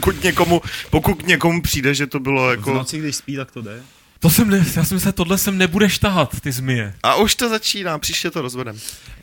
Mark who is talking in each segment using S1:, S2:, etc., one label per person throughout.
S1: pokud někomu přijde, že to bylo jako...
S2: V noci, když spí, tak to jde.
S3: Já jsem myslel, tohle sem nebudeš tahat, ty zmije.
S1: A už to začíná, příště to rozvedem.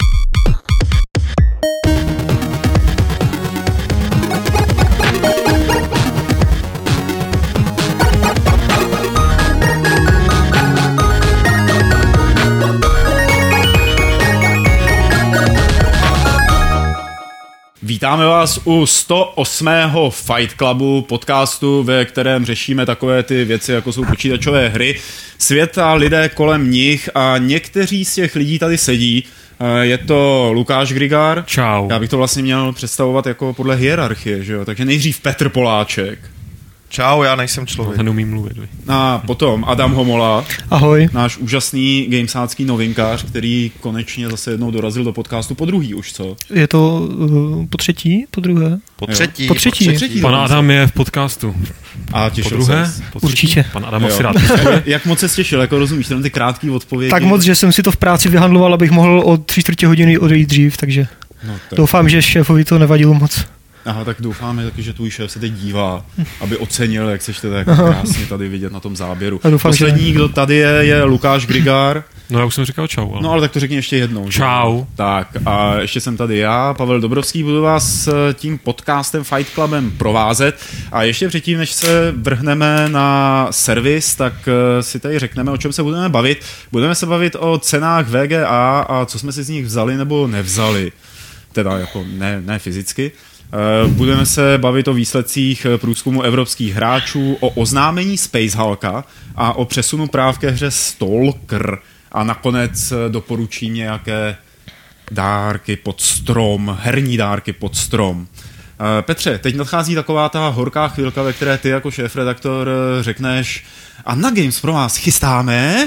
S2: Vítáme vás u 108. Fight Clubu, podcastu, ve kterém řešíme takové ty věci, jako jsou počítačové hry, svět a lidé kolem nich a někteří z těch lidí tady sedí. Je to Lukáš Grigár.
S3: Čau.
S2: Já bych to vlastně měl představovat jako podle hierarchie, že jo? Takže nejdřív Petr Poláček.
S1: Čau, já nejsem člověk.
S3: No, neumím mluvit.
S2: A potom Adam Homola.
S4: Ahoj.
S2: Náš úžasný gamesácký novinkář, který konečně zase jednou dorazil do podcastu po druhý už, co?
S4: Je to po třetí, po druhé?
S1: Po třetí.
S4: Po třetí.
S3: Pan Adam je v podcastu.
S2: A
S3: Po
S2: těšil
S3: druhé?
S2: ses?
S3: Po třetí?
S4: Určitě.
S3: Pan Adam
S2: Jo.
S3: asi rád.
S2: Jak moc se těšil, jako rozumíš, tam ty krátké odpovědi.
S4: Tak moc, že jsem si to v práci vyhandloval, abych mohl o 3/4 hodiny odejít dřív, takže
S2: No, tak.
S4: doufám, že šéfovi to nevadilo moc.
S2: Aha, tak doufáme taky, že tvůj šéf se teď dívá, aby ocenil, jak seš teda jako krásně tady vidět na tom záběru.
S4: A doufám,
S2: poslední, kdo tady je Lukáš Grigár.
S3: No já už jsem říkal čau. Ale...
S2: No ale tak to řekni ještě jednou. že?
S3: Čau.
S2: Tak a ještě jsem tady já, Pavel Dobrovský, budu vás tím podcastem Fight Clubem provázet a ještě předtím, než se vrhneme na servis, tak si tady řekneme, o čem se budeme bavit. Budeme se bavit o cenách VGA a co jsme si z nich vzali nebo nevzali. Teda jako ne fyzicky. Budeme se bavit o výsledcích průzkumu evropských hráčů, o oznámení Space Hulka a o přesunu práv ke hře Stalker. A nakonec doporučím nějaké dárky pod strom, herní dárky pod strom. Petře, teď nadchází taková ta horká chvilka, ve které ty jako šéfredaktor řekneš a na Games pro vás chystáme.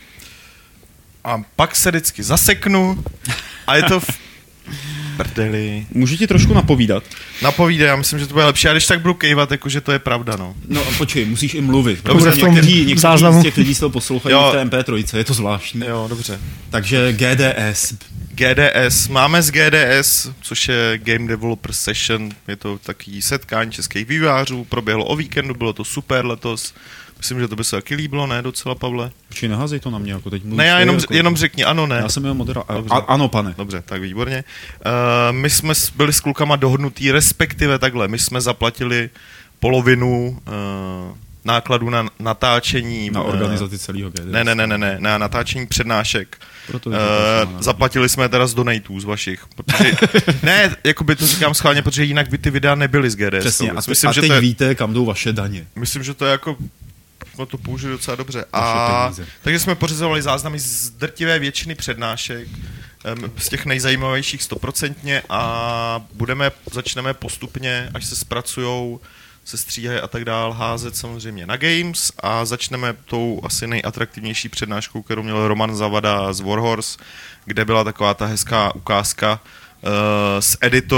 S1: A pak se vždycky zaseknu a je to v prdeli.
S2: Můžu ti trošku napovídat?
S1: Napovídej, já myslím, že to bude lepší. A když tak budu kejvat, jakože to je pravda, no.
S2: No počkej, musíš i mluvit.
S1: Dobře,
S2: Protože někteří z těch lidí z toho poslouchají v té MP3, je to zvláštní.
S1: Jo, dobře.
S2: Takže GDS. Máme z GDS, což je Game Developer Session, je to takový setkání českých vývojářů, proběhlo o víkendu, bylo to super letos. Myslím, že to by se taky líbilo, ne docela, Pavle? Či neházej to na mě, jako teď mluvíš.
S1: Ne, já
S2: jako...
S1: jenom řekni ano, ne.
S2: Já jsem jeho moderátor. Ano, pane.
S1: Dobře, tak výborně. My jsme byli s klukama dohodnutí, respektive takhle, my jsme zaplatili polovinu nákladů na natáčení.
S2: Na organizaci celého GDS.
S1: Ne, na natáčení přednášek. Zaplatili jsme teda z donatů z vašich. Protože, ne, jakoby to říkám schválně, protože jinak by ty videa nebyly z GDS.
S2: Přesně,
S1: myslím,
S2: že teď víte, kam jdou vaše daně.
S1: Myslím, že to je jako... No to použiju docela dobře. A takže jsme pořizovali záznamy z drtivé většiny přednášek, z těch nejzajímavějších 100% a začneme postupně, až se zpracujou, se stříhají a tak dál, házet samozřejmě na Games a začneme tou asi nejatraktivnější přednáškou, kterou měl Roman Zavada z Warhorse, kde byla taková ta hezká ukázka z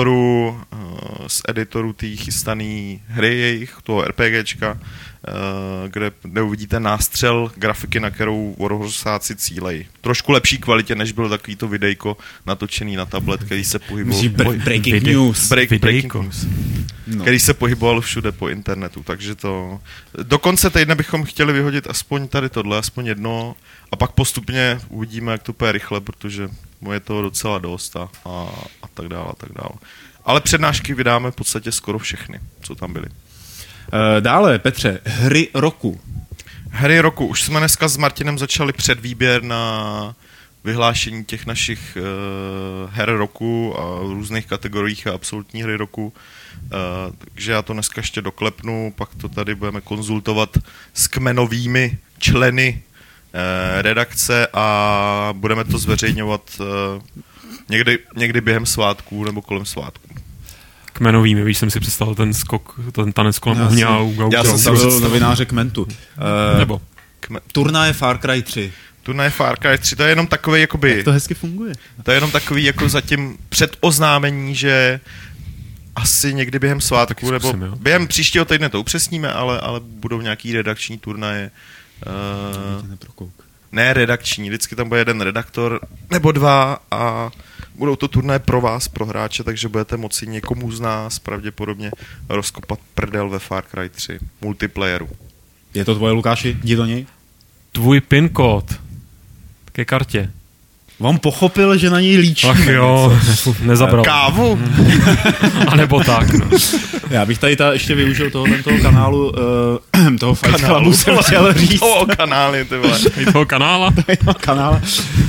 S1: editoru té chystané hry jejich, toho RPGčka, kde uvidíte nástřel grafiky, na kterou Warhorsáci cílejí. Trošku lepší kvalitě, než bylo takový to videjko natočený na tablet, který se pohyboval...
S2: Breaking news.
S1: Breaking news. No. Který se pohyboval všude po internetu, takže to... Do konce týdne bychom chtěli vyhodit aspoň tady tohle, aspoň jedno, a pak postupně uvidíme, jak to půjde rychle, protože je toho docela dost a tak dále, a tak dále. Ale přednášky vydáme v podstatě skoro všechny, co tam byly.
S2: Dále, Petře, hry roku.
S1: Hry roku. Už jsme dneska s Martinem začali předvýběr na vyhlášení těch našich her roku a v různých kategoriích a absolutní hry roku. Takže já to dneska ještě doklepnu, pak to tady budeme konzultovat s kmenovými členy redakce a budeme to zveřejňovat někdy během svátků nebo kolem svátků.
S3: Kmenovými, víš, jsem si představil ten skok, ten tanec kolem ohně a
S2: já jsem si byl novináře Kmentu.
S3: Nebo?
S2: Turnaje Far Cry 3.
S1: Turnaje Far Cry 3, to je jenom takový, jakoby...
S2: Jak to hezky funguje.
S1: To je jenom takový, jako zatím předoznámení, že asi někdy během svátku, nebo během příštího týdne to upřesníme, ale budou nějaký redakční turnaje. ne redakční, vždycky tam bude jeden redaktor nebo dva a budou to turné pro vás, pro hráče, takže budete moci někomu z nás pravděpodobně rozkopat prdel ve Far Cry 3 multiplayeru.
S2: Je to tvoje, Lukáši? Jdi do něj?
S3: Tvůj PIN kód ke kartě.
S2: On pochopil, že na něj líčíme.
S3: Ach jo, nezabral.
S1: Kávu?
S3: A nebo tak, no.
S2: Já bych tady ještě využil toho kanálu, toho Fight Clubu jsem chtěl říct.
S1: Toho kanály, ty vole.
S3: Toho kanála?
S2: Kanála.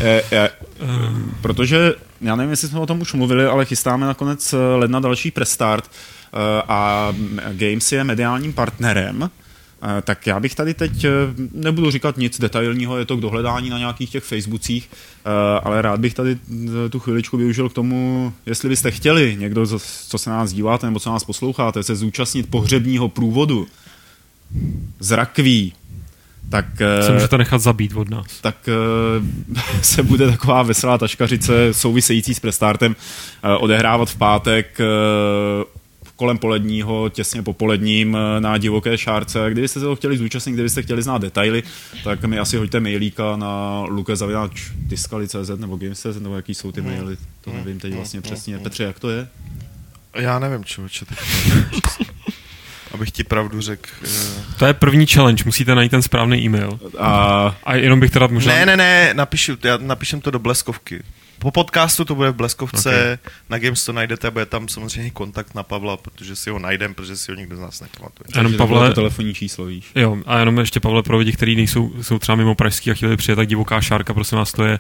S2: Protože, já nevím, jestli jsme o tom už mluvili, ale chystáme na konec ledna další prestart a Games je mediálním partnerem. Tak já bych tady teď, nebudu říkat nic detailního, je to k dohledání na nějakých těch Facebookích, ale rád bych tady tu chviličku využil k tomu, jestli byste chtěli někdo, co se nás díváte nebo co nás posloucháte, se zúčastnit pohřebního průvodu z rakví, tak
S3: se můžete nechat zabít od nás.
S2: Tak se bude taková veselá taškařice související s prestartem odehrávat v pátek kolem poledního, těsně po poledním na Divoké šárce. Kdybyste se to chtěli zúčastnit, kdybyste chtěli znát detaily, tak mi asi hoďte mailíka na luke@tiskali.cz nebo games.cz, nebo jaký jsou ty maily, to nevím teď vlastně přesně. Petře, jak to je?
S1: Já nevím, člověče. Abych ti pravdu řekl.
S3: To je první challenge, musíte najít ten správný e-mail. A jenom bych teda možná...
S1: Ne, napíšem to do bleskovky. Po podcastu to bude v bleskovce, okay. Na Games to najdete a bude tam samozřejmě kontakt na Pavla, protože si ho najdem, protože si ho nikdo z nás nepamatuje.
S2: Jenom Pavle, to telefonní číslo, víš.
S3: Jo, a jenom ještě Pavle pro lidi, kteří jsou třeba mimo pražský a chtěli přijet, tak Divoká šárka, prosím vás, to je,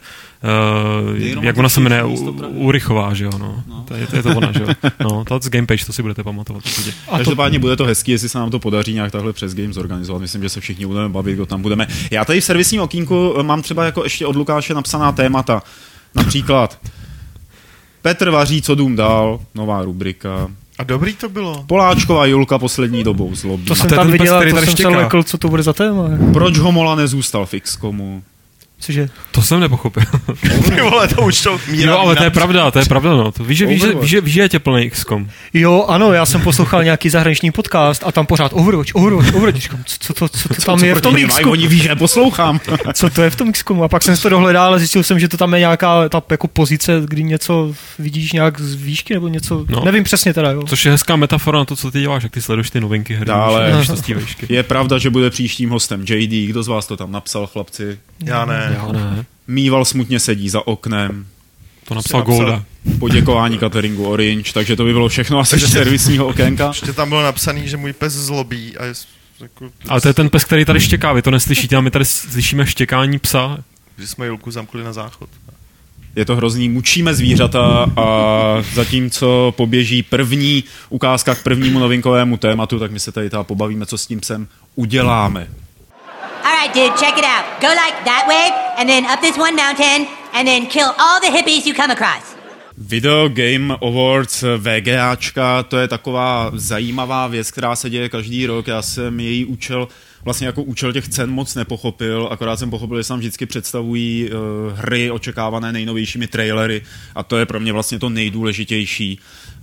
S3: jak ona se jmenuje, Urychová, že jo, no. Je to ona, že jo. No, to z Gamepage, to si budete pamatovat.
S2: Každopádně bude to hezký, jestli se nám to podaří nějak takhle přes Games organizovat. Myslím, že se všichni budeme bavit, kdo tam budeme. Já tady v servisním okýnku mám třeba jako ještě od Lukáše napsaná témata. Například Petr vaří, co dům dál, nová rubrika.
S1: A dobrý to bylo.
S2: Poláčková Julka poslední dobou zlobí.
S4: To jsem tam viděl, to jsem se lekl, co to bude za téma.
S2: Proč Homola nezůstal v XCOMu?
S4: Cože?
S3: To jsem nepochopil.
S1: Ty vole, to už to míra.
S3: Jo, ale to je pravda, no. Víš, že je teplný XCOM.
S4: Jo, ano, já jsem poslouchal nějaký zahraniční podcast a tam pořád Overwatch. Říkám, co tam je v tom XCOmu?
S2: Oni ví, že poslouchám.
S4: Co to je v tom XCOmu? A pak jsem to dohledal a zjistil jsem, že to tam je nějaká ta jako pozice, kdy něco vidíš nějak z výšky nebo něco, no. Nevím přesně teda, jo.
S3: Což je hezká metafora na to, co ty děláš, jak ty sleduješ ty novinky hry.
S2: Dále je pravda, že bude příštím hostem JD. Kdo z vás to tam napsal, chlapci?
S1: Já ne.
S2: Mýval smutně sedí za oknem.
S3: To napsal Golda.
S2: Poděkování cateringu Orange, takže to by bylo všechno asi ze servisního okénka.
S1: Ještě tam bylo napsaný, že můj pes zlobí. A
S3: ale to je ten pes, který tady štěká, vy to neslyšíte, a my tady slyšíme štěkání psa.
S1: Že jsme Julku zamkli na záchod.
S2: Je to hrozný, mučíme zvířata a zatímco poběží první ukázka k prvnímu novinkovému tématu, tak my se tady pobavíme, co s tím psem uděláme.
S5: Alright, dude, check it out. Go like that way, and then up this one mountain, and then kill all the hippies you come across.
S2: Video Game Awards VGAčka, to je taková zajímavá věc, která se děje každý rok. Já jsem její účel, vlastně jako účel těch cen moc nepochopil, akorát jsem pochopil, že se tam vždycky představují hry očekávané nejnovějšími trailery a to je pro mě vlastně to nejdůležitější.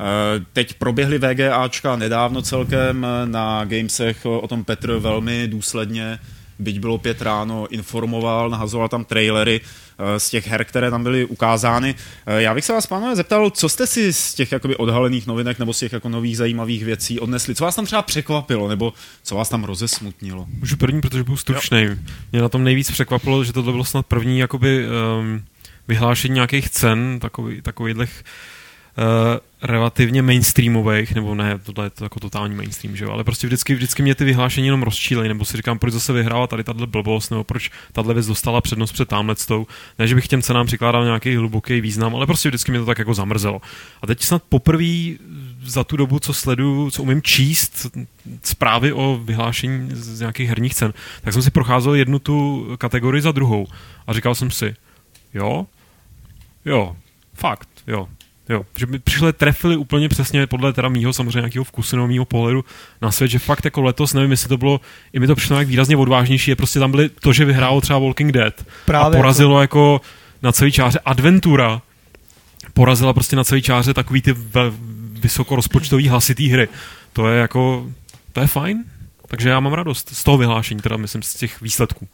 S2: Teď proběhly VGAčka nedávno celkem na Gamesech, o tom Petr velmi důsledně, byť bylo 5 ráno, informoval, nahazoval tam trailery z těch her, které tam byly ukázány. Já bych se vás, pánové, zeptal, co jste si z těch jakoby odhalených novinek nebo z těch jako nových zajímavých věcí odnesli? Co vás tam třeba překvapilo, nebo co vás tam rozesmutnilo?
S3: Můžu první, protože byl stručný. Mě na tom nejvíc překvapilo, že to bylo snad první jakoby, vyhlášení nějakých cen, takových relativně mainstreamových, nebo ne, tohle je to jako totální mainstream, že jo, ale prostě vždycky mě ty vyhlášení jenom rozčílejí, nebo si říkám, proč zase vyhrála tady tahle blbost, nebo proč tahle věc dostala přednost před támhletou. Ne, že bych těm cenám přikládal nějaký hluboký význam, ale prostě vždycky mě to tak jako zamrzelo. A teď snad poprvé za tu dobu, co sleduju, co umím číst zprávy o vyhlášení z nějakých herních cen, tak jsem si procházel jednu tu kategorii za druhou a říkal jsem si, jo, fakt, jo, že mi trefili úplně přesně podle teda mýho samozřejmě nějakého vkusu nebo mýho pohledu na svět, že fakt jako letos, nevím, jestli to bylo, i mi to přišlo nějak výrazně odvážnější, je prostě tam byly to, že vyhrálo třeba Walking Dead právě a porazilo jako na celý čáře Adventura, porazila prostě na celý čáře takový ty vysokorozpočtový hlasitý hry. To je fajn, takže já mám radost z toho vyhlášení, teda myslím z těch výsledků.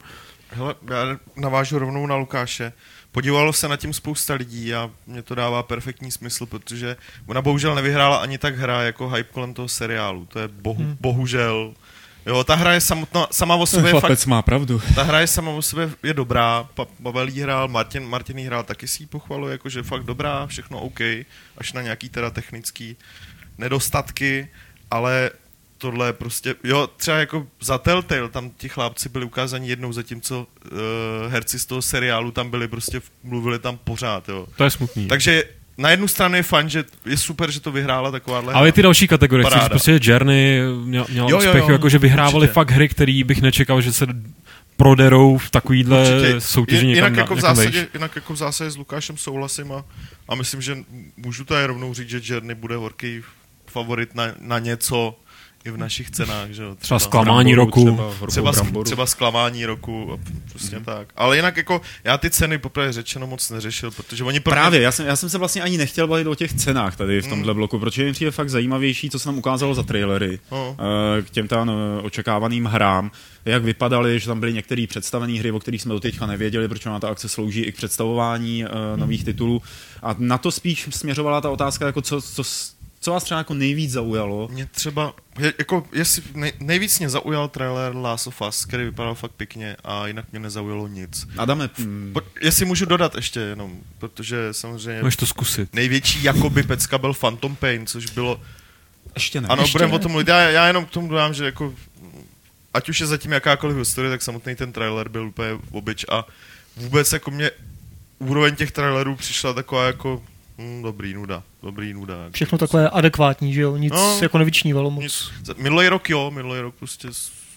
S1: Hele, já navážu rovnou na Lukáše. Podívalo se na tím spousta lidí a mě to dává perfektní smysl, protože ona bohužel nevyhrála ani tak hra jako hype kolem toho seriálu. To je bohužel. Jo, ta hra je sama o sobě
S2: fakt... má pravdu.
S1: Ta hra je sama o sobě je dobrá. Pavel jí hrál, Martin jí hrál, taky si ji pochvaluje, jakože fakt dobrá, všechno OK, až na nějaký teda technický nedostatky, ale tohle prostě, jo, třeba jako za Telltale, tam ti chlápci byli ukázaní jednou, zatímco herci z toho seriálu tam byli prostě, mluvili tam pořád, jo.
S3: To je smutný.
S1: Takže na jednu stranu je fajn, že je super, že to vyhrála takováhle.
S3: Ale ty další kategorie, chci říct, prostě Journey měla úspěch, jakože vyhrávali určitě. Fakt hry, který bych nečekal, že se proderou v takovýhle soutěži někam
S1: jinak jako v zásadě s Lukášem souhlasím a myslím, že můžu tady rovnou říct, že Journey bude horký favorit na něco i v našich cenách, že jo.
S3: Třeba zklamání roku.
S1: Třeba zklamání roku a prostě tak. Ale jinak jako já ty ceny poprvé řečeno moc neřešil, protože oni...
S2: Právě, já jsem se vlastně ani nechtěl bavit o těch cenách tady v tomhle bloku, protože mi přijde fakt zajímavější, co se nám ukázalo za trailery k těm tam očekávaným hrám, jak vypadaly, že tam byly některé představené hry, o kterých jsme doteďka nevěděli, protože ona ta akce slouží i k představování nových titulů. A na to spíš směřovala ta otázka, jako co vás třeba jako nejvíc zaujalo?
S1: Mě třeba, jako jestli nejvíc mě zaujal trailer Last of Us, který vypadal fakt pěkně a jinak mě nezaujalo nic.
S2: Adame,
S1: jestli můžu dodat ještě jenom, protože samozřejmě...
S3: Můžeš to zkusit.
S1: Největší jakoby pecka byl Phantom Pain, což bylo...
S2: Ještě ne.
S1: Ano, budeme o tom mluvit. Já jenom k tomu dodám, že jako... Ať už je zatím jakákoliv historie, tak samotný ten trailer byl úplně obyč a vůbec jako mě úroveň těch trailerů přišla taková jako... Dobrý nuda. Jako
S4: všechno takové adekvátní, že jo? Nic jako nevyčnívalo moc.
S1: Minulý rok prostě...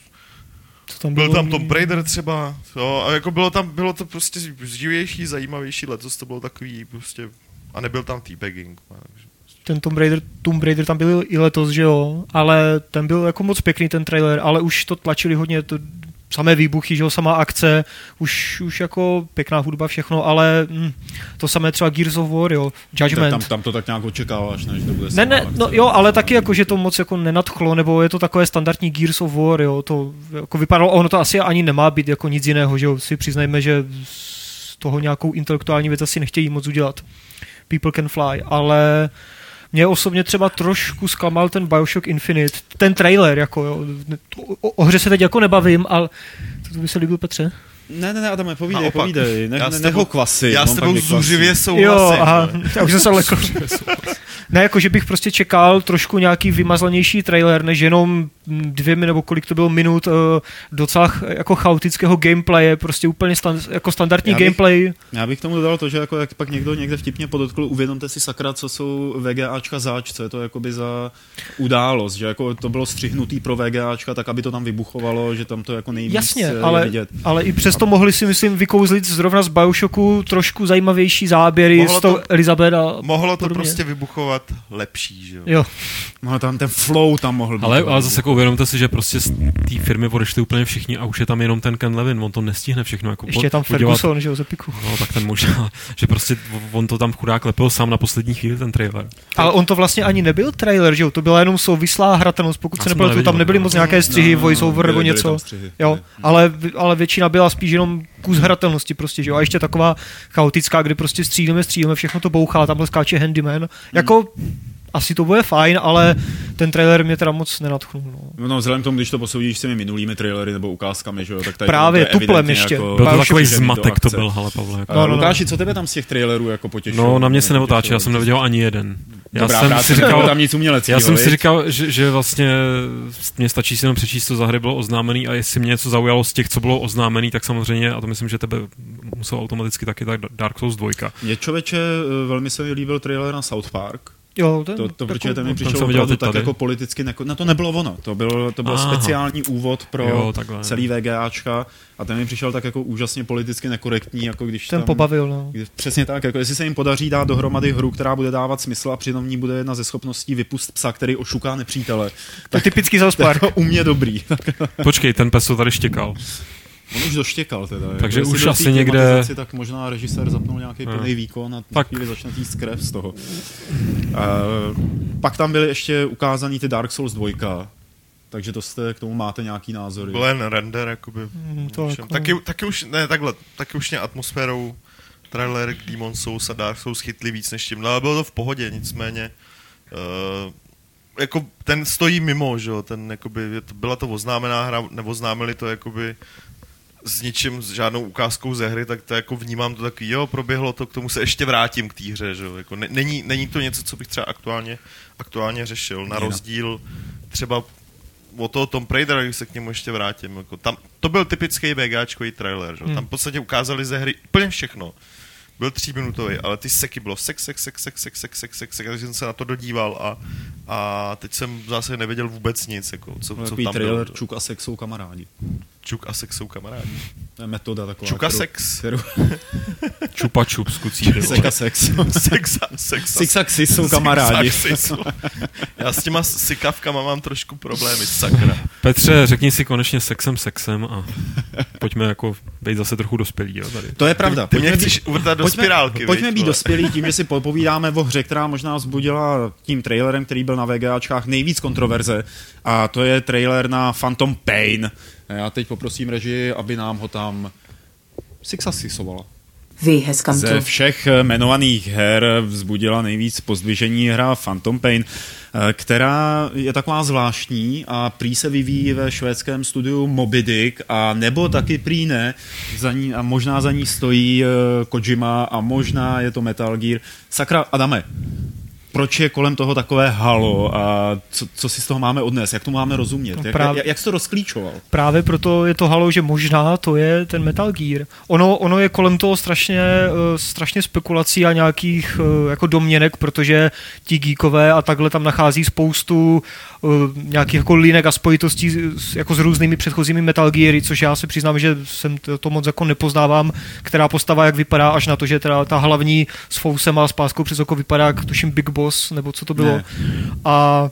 S1: Byl tam Tomb Raider třeba, jo, a jako bylo to prostě živější, zajímavější, letos to bylo takový prostě... A nebyl tam teabagging.
S4: Ten Tomb Raider tam byl i letos, že jo? Ale ten byl jako moc pěkný ten trailer, ale už to tlačili hodně... Samé výbuchy, že jo, sama akce, už jako pěkná hudba, všechno, ale to samé třeba Gears of War, jo, Judgment.
S2: Tam to tak nějak očekáváš, než to bude
S4: ne, no jo, ale taky jako, že to moc jako nenadchlo, nebo je to takové standardní Gears of War, jo, to jako vypadalo, ono to asi ani nemá být jako nic jiného, že jo, si přiznajme, že z toho nějakou intelektuální věc asi nechtějí moc udělat. People can fly, ale... Mě osobně třeba trošku zklamal ten Bioshock Infinite, ten trailer, jako jo. O hře se teď jako nebavím, ale to by se líbil, Petře?
S2: Ne, Adame, povídej, neho kvasy.
S1: Já s tebou zuřivě souhlasím.
S4: Jo, aha, já už jsem se lekl. Ne, jako, že bych prostě čekal trošku nějaký vymazlenější trailer, než jenom 2 nebo kolik to bylo minut docela jako chaotického gameplaye, prostě úplně jako standardní gameplay.
S2: Já bych tomu dodal to, že jako jak pak někdo někde vtipně podotkl, uvědomte si sakra, co jsou VGAčka zač, co je to jakoby za událost, že jako to bylo střihnutý pro VGAčka, tak aby to tam vybuchovalo, že tam to jako nejvíc
S4: jasně,
S2: je vidět.
S4: Ale i přesto mohli si, myslím, vykouzlit zrovna z Bioshocku trošku zajímavější záběry s tou Elizabeth a
S1: mohlo to prostě vybuchovat lepší, že
S4: jo.
S2: Mohlo tam ten flow tam mohl být.
S3: Ale zase jako uvědomte si, že prostě z té firmy odešli úplně všichni a už je tam jenom ten Ken Levin, on to nestihne všechno jako
S4: ještě je tam Ferguson, že jo, z Epiku.
S3: No, tak ten možná, že prostě on to tam chudák lepil sám na poslední chvíli, ten trailer.
S4: Ale on to vlastně ani nebyl trailer, že jo, to byla jenom souvislá hratelnost, pokud se nepletu, tam nebyly moc nějaké střihy, voiceover nebo něco. Jo, ale většina byla spíš jenom kus hratelnosti prostě, že jo, a ještě taková chaotická, kde prostě střílíme, všechno to bouchá, tamhle skáče Handyman. Jako asi to bude fajn, ale ten trailer mě teda moc nenadchnul.
S2: No, vzhledem k tomu, když to posoudíš s těmi minulými trailery nebo ukázkami, že jo, tak tady
S4: právě tuplem ještě.
S2: Jako
S3: byl to takový zmatek, to byl, hele, Pavle. Jako.
S2: No, Lukáši, co tebe tam z těch trailerů jako potěšilo?
S3: No, na mě se neotáčel, já jsem neviděl ani jeden. Já jsem si říkal, že vlastně mě stačí si jenom přečíst, co za hry bylo oznámený a jestli mě něco zaujalo z těch, co bylo oznámený, tak samozřejmě, a to myslím, že tebe musel automaticky taky tak Dark Souls 2.
S2: Mě člověče velmi se mi líbil trailer na South Park.
S4: Jo,
S2: to protože ten mi přišel opravdu tak jako politicky, na to nebylo ono, to byl speciální úvod pro celý VGAčka a ten mi přišel tak jako úžasně politicky nekorektní, jako když
S4: ten pobavil, no.
S2: Přesně tak, jako jestli se jim podaří dát dohromady hru, která bude dávat smysl a přitom ní bude jedna ze schopností vypust psa, který ošuká nepřítele.
S4: Tak typický South Park.
S2: U mě dobrý.
S3: Počkej, ten pes to tady štěkal.
S2: On už doštěkal teda.
S3: Takže už asi někde...
S2: Tak možná režisér zapnul nějaký plný výkon a
S3: pak
S2: chvíli začne týst krev z toho. Pak tam byly ještě ukázaný ty Dark Souls 2. Takže to jste, k tomu máte nějaký názory.
S1: Byl jen render, jakoby. Taky už mě atmosférou trailer Demon's Souls a Dark Souls chytli víc než tím, ale bylo to v pohodě, nicméně jako ten stojí mimo, že jo, ten jakoby, byla to oznámená hra, nebo oznámili to jakoby s ničím, s žádnou ukázkou ze hry, tak to jako vnímám to taky, jo, proběhlo to, k tomu se ještě vrátím k té hře, že jo, jako není to něco, co bych třeba aktuálně řešil, na rozdíl třeba o toho Tomb Raidera, když se k němu ještě vrátím, jako tam, to byl typický VGAčkový trailer, že? Tam v podstatě ukázali ze hry úplně všechno. Byl 3minutový, ale ty seky bylo sex, takže jsem se na to dodíval a teď jsem zase nevěděl vůbec nic, jako, co tam
S2: trailer
S1: bylo.
S2: Čuk a sex jsou kamarádi.
S1: Čuk a sex jsou kamarádi.
S2: To je metoda taková.
S1: Čuk a sex.
S3: Čupa čup z kucí.
S2: Sek a sex. Six a xy jsou kamarádi.
S1: Já s těma sykavkama mám trošku problémy, sakra.
S3: Petře, řekni si konečně sexem a pojďme jako být zase trochu dospělí. Jo, tady.
S2: To je pravda.
S1: Ty mě chceš uvrtat do spirálky.
S2: Pojďme být dospělí tím, že si popovídáme o hře, která možná vzbudila tím trailerem, který byl na VGAčkách nejvíc kontroverze, a to je trailer na Phantom Pain. Já teď poprosím režii, aby nám ho tam sixasisovala. Ze všech jmenovaných her vzbudila nejvíc pozdvižení hra Phantom Pain, která je taková zvláštní a prý se vyvíjí ve švédském studiu Moby Dick, a nebo taky prý ne, a možná za ní stojí Kojima a možná je to Metal Gear. Sakra, Adame, proč je kolem toho takové halo a co si z toho máme odnést? Jak to máme rozumět? Jak jsi to rozklíčoval?
S4: Právě proto je to halo, že možná to je ten Metal Gear. Ono je kolem toho strašně spekulací a nějakých jako domněnek, protože ti geekové a takhle tam nachází spoustu nějakých jako linek a spojitostí jako s různými předchozími Metal Geary, což já se přiznám, že jsem to moc jako nepoznávám, která postava jak vypadá, až na to, že teda ta hlavní s fousem a s páskou přes oko vypadá jak tuším Big Boss, nebo co to bylo. Ne. A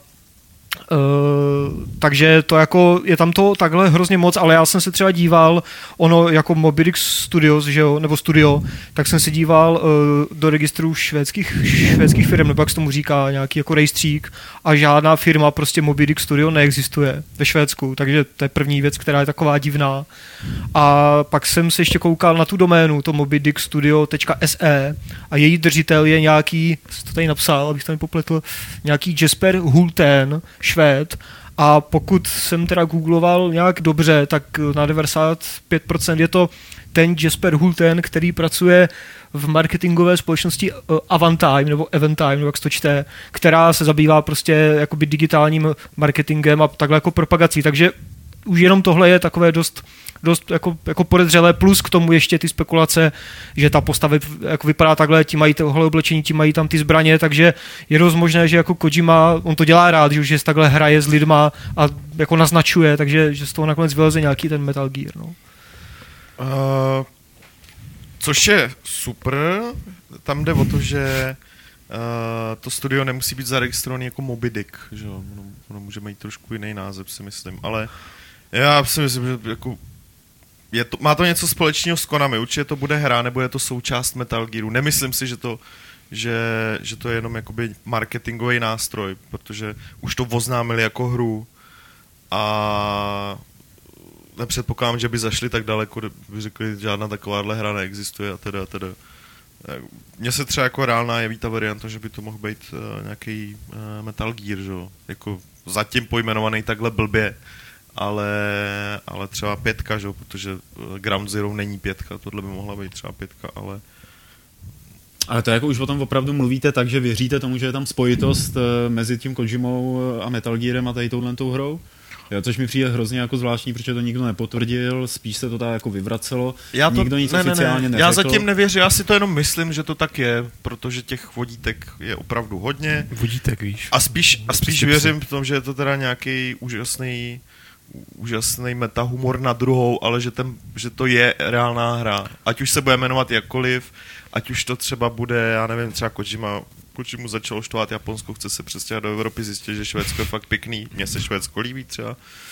S4: takže to jako, je tam to takhle hrozně moc, ale já jsem se třeba díval, ono jako Moby Dick Studios, že jo, nebo studio, tak jsem se díval do registru švédských firm, nebo jak se tomu říká, nějaký jako rejstřík, a žádná firma prostě Moby Dick Studio neexistuje ve Švédsku, takže to je první věc, která je taková divná. A pak jsem se ještě koukal na tu doménu, to mobydickstudio.se, a její držitel je nějaký, jsem to tady napsal, abych to nepopletl, nějaký Jesper Hultén, Švéd, a pokud jsem teda googloval nějak dobře, tak na 95% je to ten Jesper Hultén, který pracuje v marketingové společnosti Avantime, nebo Eventime, nebo jak se to čte, která se zabývá prostě jakoby digitálním marketingem a takhle jako propagací, takže už jenom tohle je takové dost jako podezřelé, plus k tomu ještě ty spekulace, že ta postava jako vypadá takhle, ti mají tohle oblečení, ti mají tam ty zbraně, takže je dost možné, že jako Kojima, on to dělá rád, že takhle hraje s lidma a jako naznačuje, takže že z toho nakonec vyleze nějaký ten Metal Gear. No.
S1: Což je super, tam jde o to, že to studio nemusí být zaregistrovaný jako Moby Dick, že ono může mít trošku jiný název, si myslím, ale já si myslím, že jako má to něco společného s Konami, určitě to bude hra, nebo je to součást Metal Gearu. Nemyslím si, že to je jenom jakoby marketingový nástroj, protože už to oznámili jako hru a nepředpokládám, že by zašli tak daleko, by řekli, že žádná takováhle hra neexistuje a teda. Mně se třeba jako reálná jeví ta varianta, že by to mohl být nějaký Metal Gear, že? Jako zatím pojmenovaný takhle blbě, ale třeba 5, že? Protože Ground Zero není 5, tohle by mohla být třeba 5, ale...
S2: Ale to jako už o tom opravdu mluvíte tak, že věříte tomu, že je tam spojitost mezi tím Kojimou a Metal Gearem a tady touhletou hrou? Jo, což mi přijde hrozně jako zvláštní, protože to nikdo nepotvrdil, spíš se to tak jako vyvracelo, nikdo nic oficiálně neřekl.
S1: Já zatím nevěřím, já si to jenom myslím, že to tak je, protože těch vodítek je opravdu hodně.
S3: Vodítek, víš.
S1: A spíš věřím v tom, že je to teda nějaký úžasný metahumor na druhou, ale že to je reálná hra. Ať už se bude jmenovat jakkoliv, ať už to třeba bude, já nevím, třeba Kojimu začalo štvát Japonsko, chce se přestěhovat do Evropy, zjistil, že Švédsko je fakt pěkný, mně se Švédsko líbí třeba.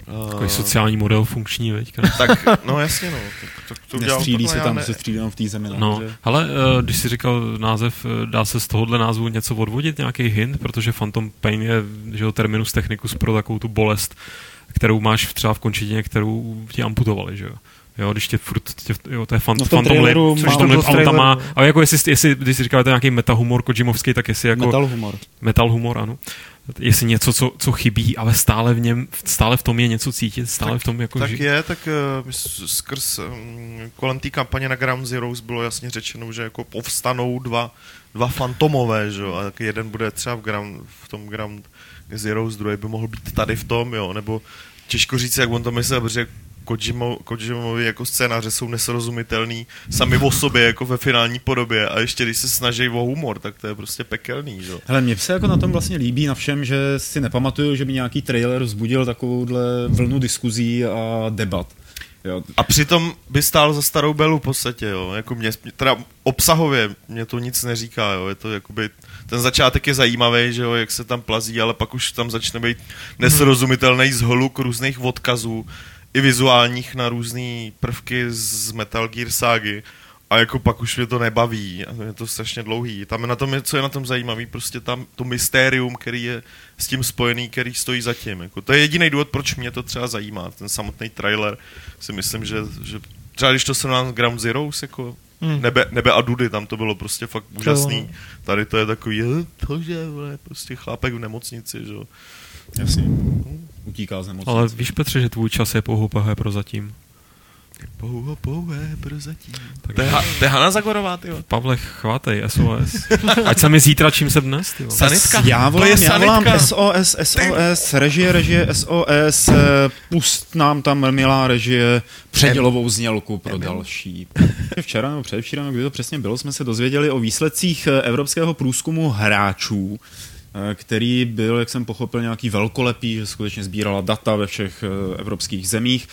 S3: Takový sociální model funkční, veď?
S1: Tak, no jasně, no. Tak to
S2: nestřílí se tam, se střílí v té zemi.
S3: No, ale když si říkal název, dá se z tohohle názvu něco odvodit, nějaký hint, protože Phantom Pain je, že terminus technicus pro takovou tu bolest, kterou máš třeba v končetině, kterou ti amputovali, že jo. Jo, když tě furt, jo, to je Phantom Lip, což to auta má, ale jako jestli, když si říkáte nějaký metahumor kojimovský, tak jestli jako... Metal humor, ano. Jestli něco, co chybí, ale stále v tom je něco cítit, stále
S1: tak,
S3: v tom jako...
S1: Tak skrz kolem té kampaně na Ground Zeroes bylo jasně řečeno, že jako povstanou dva fantomové, že jo, a tak jeden bude třeba v tom Ground Zeroes, druhý by mohl být tady v tom, jo, nebo těžko říct, jak on to myslel, protože Kojimovi jako scénáře jsou nesrozumitelný sami o sobě jako ve finální podobě a ještě když se snaží o humor, tak to je prostě pekelný, že?
S2: Hele, mně se jako na tom vlastně líbí na všem, že si nepamatuju, že by nějaký trailer vzbudil takovouhle vlnu diskuzí a debat. Jo.
S1: A přitom by stál za starou Belu v podstatě, jo. Jako teda obsahově mě to nic neříká, jo. Je to jakoby, ten začátek je zajímavý, že jo, jak se tam plazí, ale pak už tam začne být nesrozumitelný zhluk různých odkazů i vizuálních na různé prvky z Metal Gear ságy a jako pak už mě to nebaví a je to strašně dlouhý. Tam je na tom, co je na tom zajímavý, prostě tam to mystérium, který je s tím spojený, který stojí za tím. Jako, to je jediný důvod, proč mě to třeba zajímá. Ten samotný trailer si myslím, že třeba když to srovnám s Ground Zeroes, jako nebe a dudy, tam to bylo prostě fakt úžasný. Tady to je takový, tože, prostě chlápek v nemocnici, že jo.
S2: Jasně. Utíká z nemocnice.
S3: Ale víš, Petře, že tvůj čas je pouhé prozatím.
S1: Pouhé prozatím. To je Hana Zagorová, tyjo.
S3: Pavle, chvátej, SOS. Ať se mi zítra, čím se dnes, tyjo.
S1: Sanitka.
S2: Já volám SOS, režie SOS, pust nám tam, milá režie, předělovou znělku pro další. Včera nebo předevčírem, kdy to přesně bylo, jsme se dozvěděli o výsledcích evropského průzkumu hráčů, který byl, jak jsem pochopil, nějaký velkolepý, že skutečně sbírala data ve všech evropských zemích.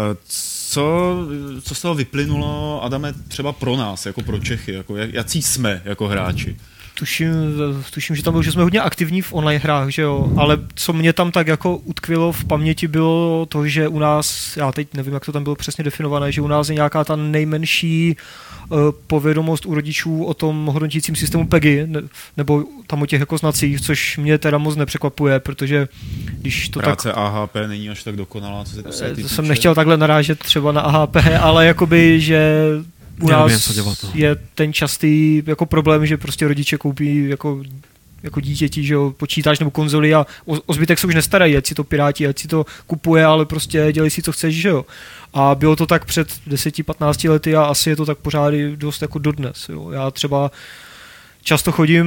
S2: Co z toho vyplynulo, Adame, třeba pro nás, jako pro Čechy, jako jací jsme jako hráči?
S4: Tuším, že tam bylo, že jsme hodně aktivní v online hrách, že jo, ale co mě tam tak jako utkvělo v paměti bylo to, že u nás, já teď nevím, jak to tam bylo přesně definované, že u nás je nějaká ta nejmenší povědomost u rodičů o tom hodnotícím systému PEGI, nebo tam o těch jako znacích, což mě teda moc nepřekvapuje, protože když to
S2: práce AHP není až tak dokonalá, co se to týče.
S4: To jsem nechtěl takhle narážet třeba na AHP, ale jakoby, že u nás je ten častý jako problém, že prostě rodiče koupí jako dítěti, že jo, počítač nebo konzoli a o zbytek se už nestarají, ať si to pirátí, ať si to kupuje, ale prostě dělej si, co chceš, že jo. A bylo to tak před 10-15 lety a asi je to tak pořád dost jako dodnes, jo. Já třeba často chodím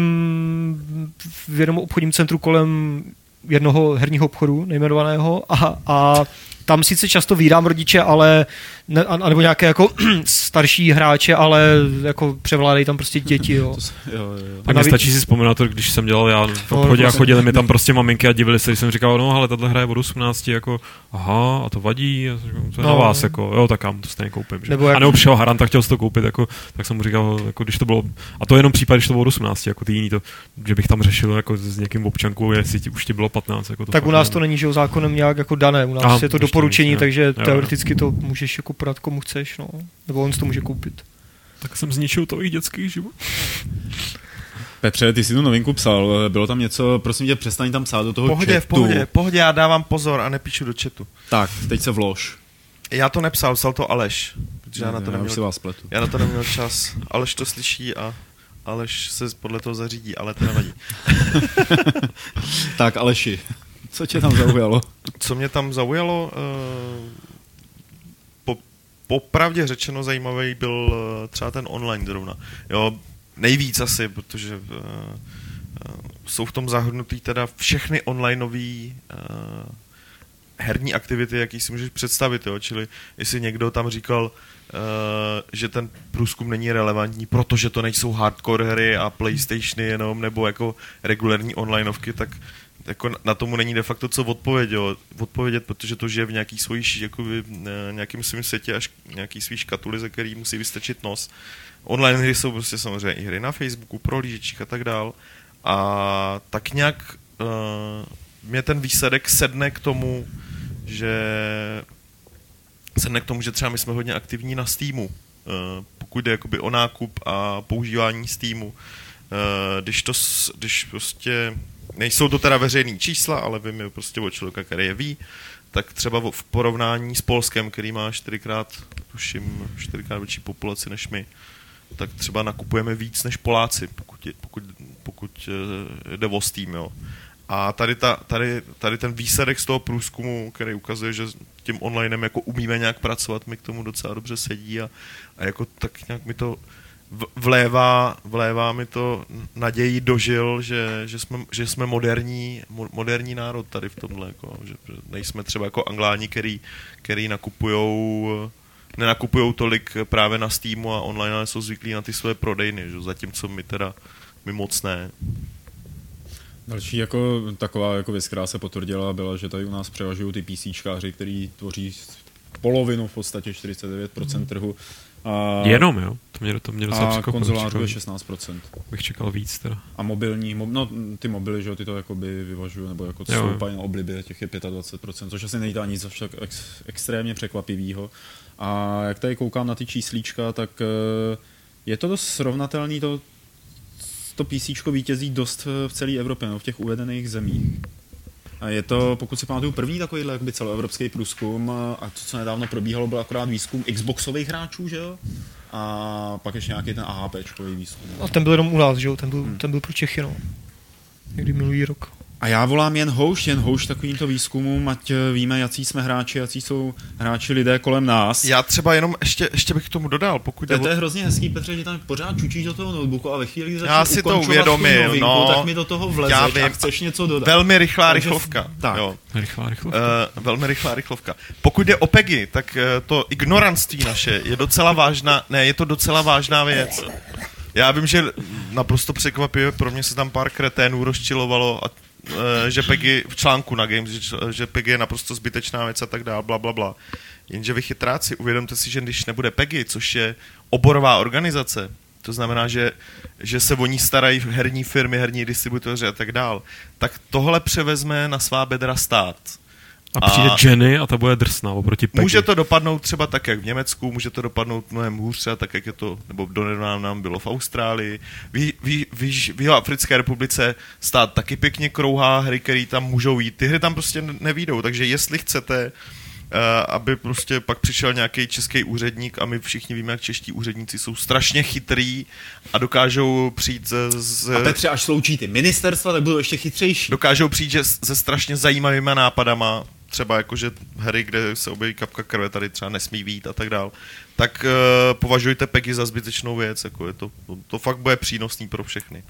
S4: v jednom obchodním centru kolem jednoho herního obchodu nejmenovaného a tam sice často vídám rodiče, ale nebo nějaké jako starší hráče, ale jako převládají tam prostě děti, jo.
S3: Tak mi stačí si vzpomenout, když jsem dělal já v obchodě a chodili mi tam prostě maminky a divili se, když jsem říkal, no ale tahle hra je od 18, jako aha, a to vadí, to je na vás, jako, jo, tak já to stejně koupím, že? A nebo přišel Haranta, chtěl si to koupit, jako, tak jsem mu říkal, jako když to bylo, a to je jenom případ, když to bylo od 18, jako ty jiný to, že bych tam řešil jako s někým občankou, jestli už ti bylo 15, jako to.
S4: Tak u nás to není, že jo, zákonem nějak jako dané, u nás je to doporučení, takže teoreticky to můžeš jako podat komu chceš, no. Nebo on si to může koupit.
S3: Tak jsem zničil to i dětský život.
S2: Petře, ty jsi tu novinku psal, bylo tam něco, prosím tě, přestaň tam psát do toho chatu.
S1: V pohodě, já dávám pozor a nepíšu do chatu.
S2: Tak, teď se vlož.
S1: Já to nepsal, psal to Aleš.
S2: Já
S1: na to neměl čas. Aleš to slyší a Aleš se podle toho zařídí, ale to nevadí.
S2: Tak, Aleši, co tě tam zaujalo?
S1: Co mě tam zaujalo? Popravdě řečeno zajímavý byl třeba ten online zrovna. Jo, nejvíc asi, protože jsou v tom zahrnutý teda všechny onlineový herní aktivity, jaký si můžeš představit, jo? Čili jestli někdo tam říkal, že ten průzkum není relevantní, protože to nejsou hardcore hry a PlayStationy jenom, nebo jako regulární onlineovky, tak jako na tomu není de facto co odpovědět, protože to žije v nějaký svojí, jakoby, nějakým svým světě až nějaký svý škatuly, ze který musí vystačit nos. Online hry jsou prostě samozřejmě i hry na Facebooku, prohlížečích a tak dál. A tak nějak mě ten výsledek sedne k tomu, že se k tomu, že třeba my jsme hodně aktivní na Steamu, pokud jde jakoby o nákup a používání Steamu. Když prostě nejsou to teda veřejný čísla, ale vím je prostě od člověka, který je ví, tak třeba v porovnání s Polskem, který má 4x větší populaci než my, tak třeba nakupujeme víc než Poláci, pokud jde o Steam, jo. A tady ten výsledek z toho průzkumu, který ukazuje, že tím onlinem jako umíme nějak pracovat, mi k tomu docela dobře sedí a jako tak nějak mi to vlévá mi to naději dožil, že jsme moderní národ tady v tomhle, jako, že nejsme třeba jako Angláni, který nenakupujou tolik právě na Steamu a online, ale jsou zvyklí na ty své prodejny, že? Zatímco my moc ne.
S2: Další jako taková jako věc, která se potvrdila, byla, že tady u nás převažují ty PCčkáři, který tvoří polovinu v podstatě 49% trhu.
S3: Jenom, jo? To mě docela
S2: překvapilo. A konzolářů je 16%.
S3: Bych čekal víc teda.
S2: A mobilní, ty mobily, že jo, ty to jakoby vyvažují, nebo jako stoupají na oblibě, těch je 25%, což asi nejde nic však extrémně překvapivýho. A jak tady koukám na ty číslíčka, tak je to dost srovnatelný, to PCčko vítězí dost v celé Evropě, no, v těch uvedených zemích. A je to, pokud si pamatuju, první takovýhle jakoby celoevropský průzkum, a to, co nedávno probíhalo, byl akorát výzkum Xboxových hráčů, že jo? A pak ještě nějaký ten AHPčkový výzkum.
S4: A ten byl jenom u nás, že jo? Ten byl pro Čechy, no. Někdy minulý rok.
S2: A já volám jen houšť takovýmto výzkumům, ať víme, jací jsme hráči, jací jsou hráči lidé kolem nás.
S1: Já třeba jenom ještě bych k tomu dodal, pokud
S2: to je hrozně hezký, Petře, že tam pořád čučíš do toho notebooku a ve chvíli, kdy začnu
S1: to uvědomil,
S2: novinku,
S1: no,
S2: tak mi do toho vlezeš a chceš něco dodat.
S1: Velmi rychlá rychlovka.
S2: Tak.
S1: Jo.
S3: Velmi rychlá
S1: rychlovka. Pokud jde o PEGI, tak to ignoranství naše je to docela vážná věc. Já vím, že naprosto překvapivě pro mě se tam pár kreténů rozčilovalo, že PEGI v článku na Games, že PEGI je naprosto zbytečná věc a tak dál, blablabla. Jenže vy chytráci, uvědomte si, že když nebude PEGI, což je oborová organizace, to znamená, že se o ní starají herní firmy, herní distributoři a tak dál, tak tohle převezme na svá bedra stát.
S3: A přijde Jenny a ta bude drsná oproti PEGI.
S1: Může to dopadnout třeba tak, jak v Německu, může to dopadnout mnohem hůř, tak jak je to, nebo donedávna bylo v Austrálii. V Jihoafrické republice stát taky pěkně krouhá hry, které tam můžou jít. Ty hry tam prostě nevídou, takže jestli chcete, aby prostě pak přišel nějaký český úředník, a my všichni víme, jak čeští úředníci jsou strašně chytrý a dokážou přijít
S2: A Petře, až sloučí ty ministerstva, tak budou ještě chytřejší.
S1: Dokážou přijít se strašně zajímavými nápadama, třeba jakože hry, kde se objeví kapka krve, tady třeba nesmí vyjít a tak dál, tak považujte PEGI za zbytečnou věc, jako to fakt bude přínosný pro všechny.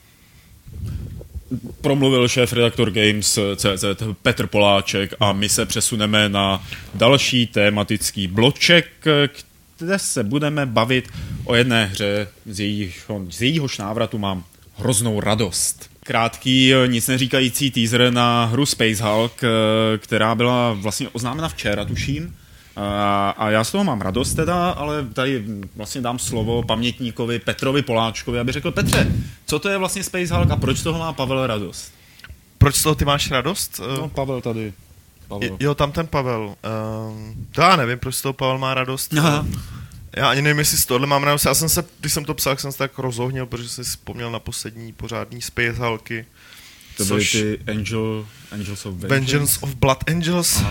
S2: Promluvil šéf-redaktor Games.cz Petr Poláček a my se přesuneme na další tématický bloček, kde se budeme bavit o jedné hře, z jejíhož návratu mám hroznou radost. Krátký, nic neříkající teaser na hru Space Hulk, která byla vlastně oznámena včera, tuším. A já z toho mám radost teda, ale tady vlastně dám slovo pamětníkovi Petrovi Poláčkovi, aby řekl: Petře, co to je vlastně Space Hulk a proč z toho má Pavel radost?
S1: Proč z toho ty máš radost?
S2: No, Pavel tady. Pavel.
S1: Jo, tam ten Pavel. Já nevím, proč z toho Pavel má radost.
S2: Aha.
S1: Já ani nevím, jestli z tohle mám radost. Když jsem to psal, jsem se tak rozohnil, protože jsem si vzpomněl na poslední pořádný Space Hulky.
S2: To byly ty Angels of
S1: Vengeance of Blood Angels.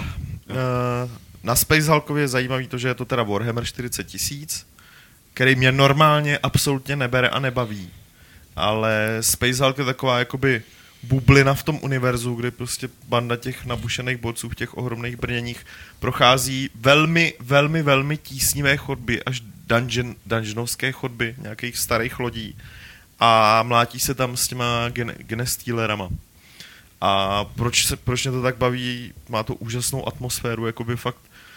S1: Na Space Hulkově je zajímavý to, že je to teda Warhammer 40 000, který mě normálně absolutně nebere a nebaví. Ale Space Hulk je taková jakoby bublina v tom univerzu, kde prostě banda těch nabušených bodců v těch ohromných brněních prochází velmi, velmi, velmi tísnivé chodby, až dungeonovské chodby nějakých starých lodí a mlátí se tam s těma genestealerama. A proč mě to tak baví? Má to úžasnou atmosféru, jakoby fakt.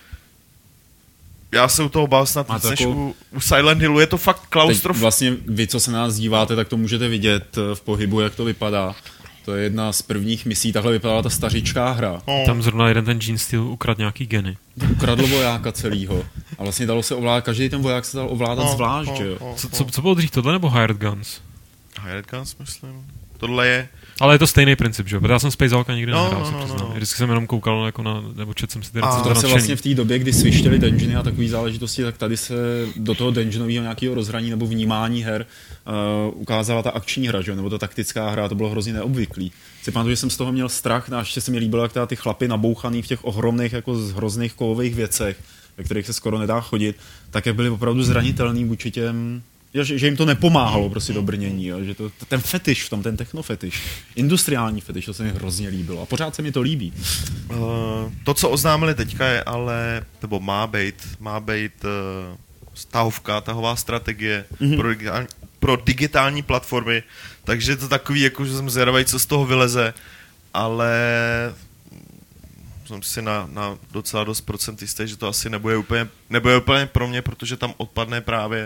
S1: Já se u toho bál snad víc než u Silent Hillu, je to fakt klaustrof.
S2: Vlastně vy, co se na nás díváte, tak to můžete vidět v pohybu, jak to vypadá. To je jedna z prvních misí, takhle vypadala ta stařičká hra.
S3: Tam zrovna jeden ten Gene Steel ukradl nějaký geny.
S2: Ukradl vojáka celýho. A vlastně dalo se ovládat, každý ten voják se dal ovládat zvlášť, že jo?
S3: Co bylo dřív, tohle nebo Hired Guns?
S1: Hired Guns, myslím. tohle je...
S3: Ale je to stejný princip, že jo? Protože já jsem Space Hulka nikdy nehrál,
S1: no,
S3: se přiznám.
S1: no.
S3: Vždycky jsem jenom koukal jako nebo četl jsem si ty
S2: A to se vlastně v té době, kdy svištěly dungeony a takové záležitosti, tak tady se do toho dungeonového nějakého rozhraní nebo vnímání her ukázala ta akční hra, že? Nebo ta taktická hra, to bylo hrozně neobvyklý. Si pamatuju, že jsem z toho měl strach, a ještě se mi líbilo, jak teda ty chlapy nabouchaný v těch ohromných jako hrozných kovových věcech, ve kterých se skoro nedá chodit, tak jak byli opravdu zranitelný vůči těm, že jim to nepomáhalo prostě do brnění, jo? Že ten fetiš v tom, ten technofetiš, industriální fetiš, to se mi hrozně líbilo a pořád se mi to líbí.
S1: To, co oznámili teďka je ale, nebo má být tahová strategie pro digitální platformy, takže je to takový, jako, že jsem zvědavý, co z toho vyleze, ale jsem si na docela dost procent jistý, že to asi nebude úplně pro mě, protože tam odpadne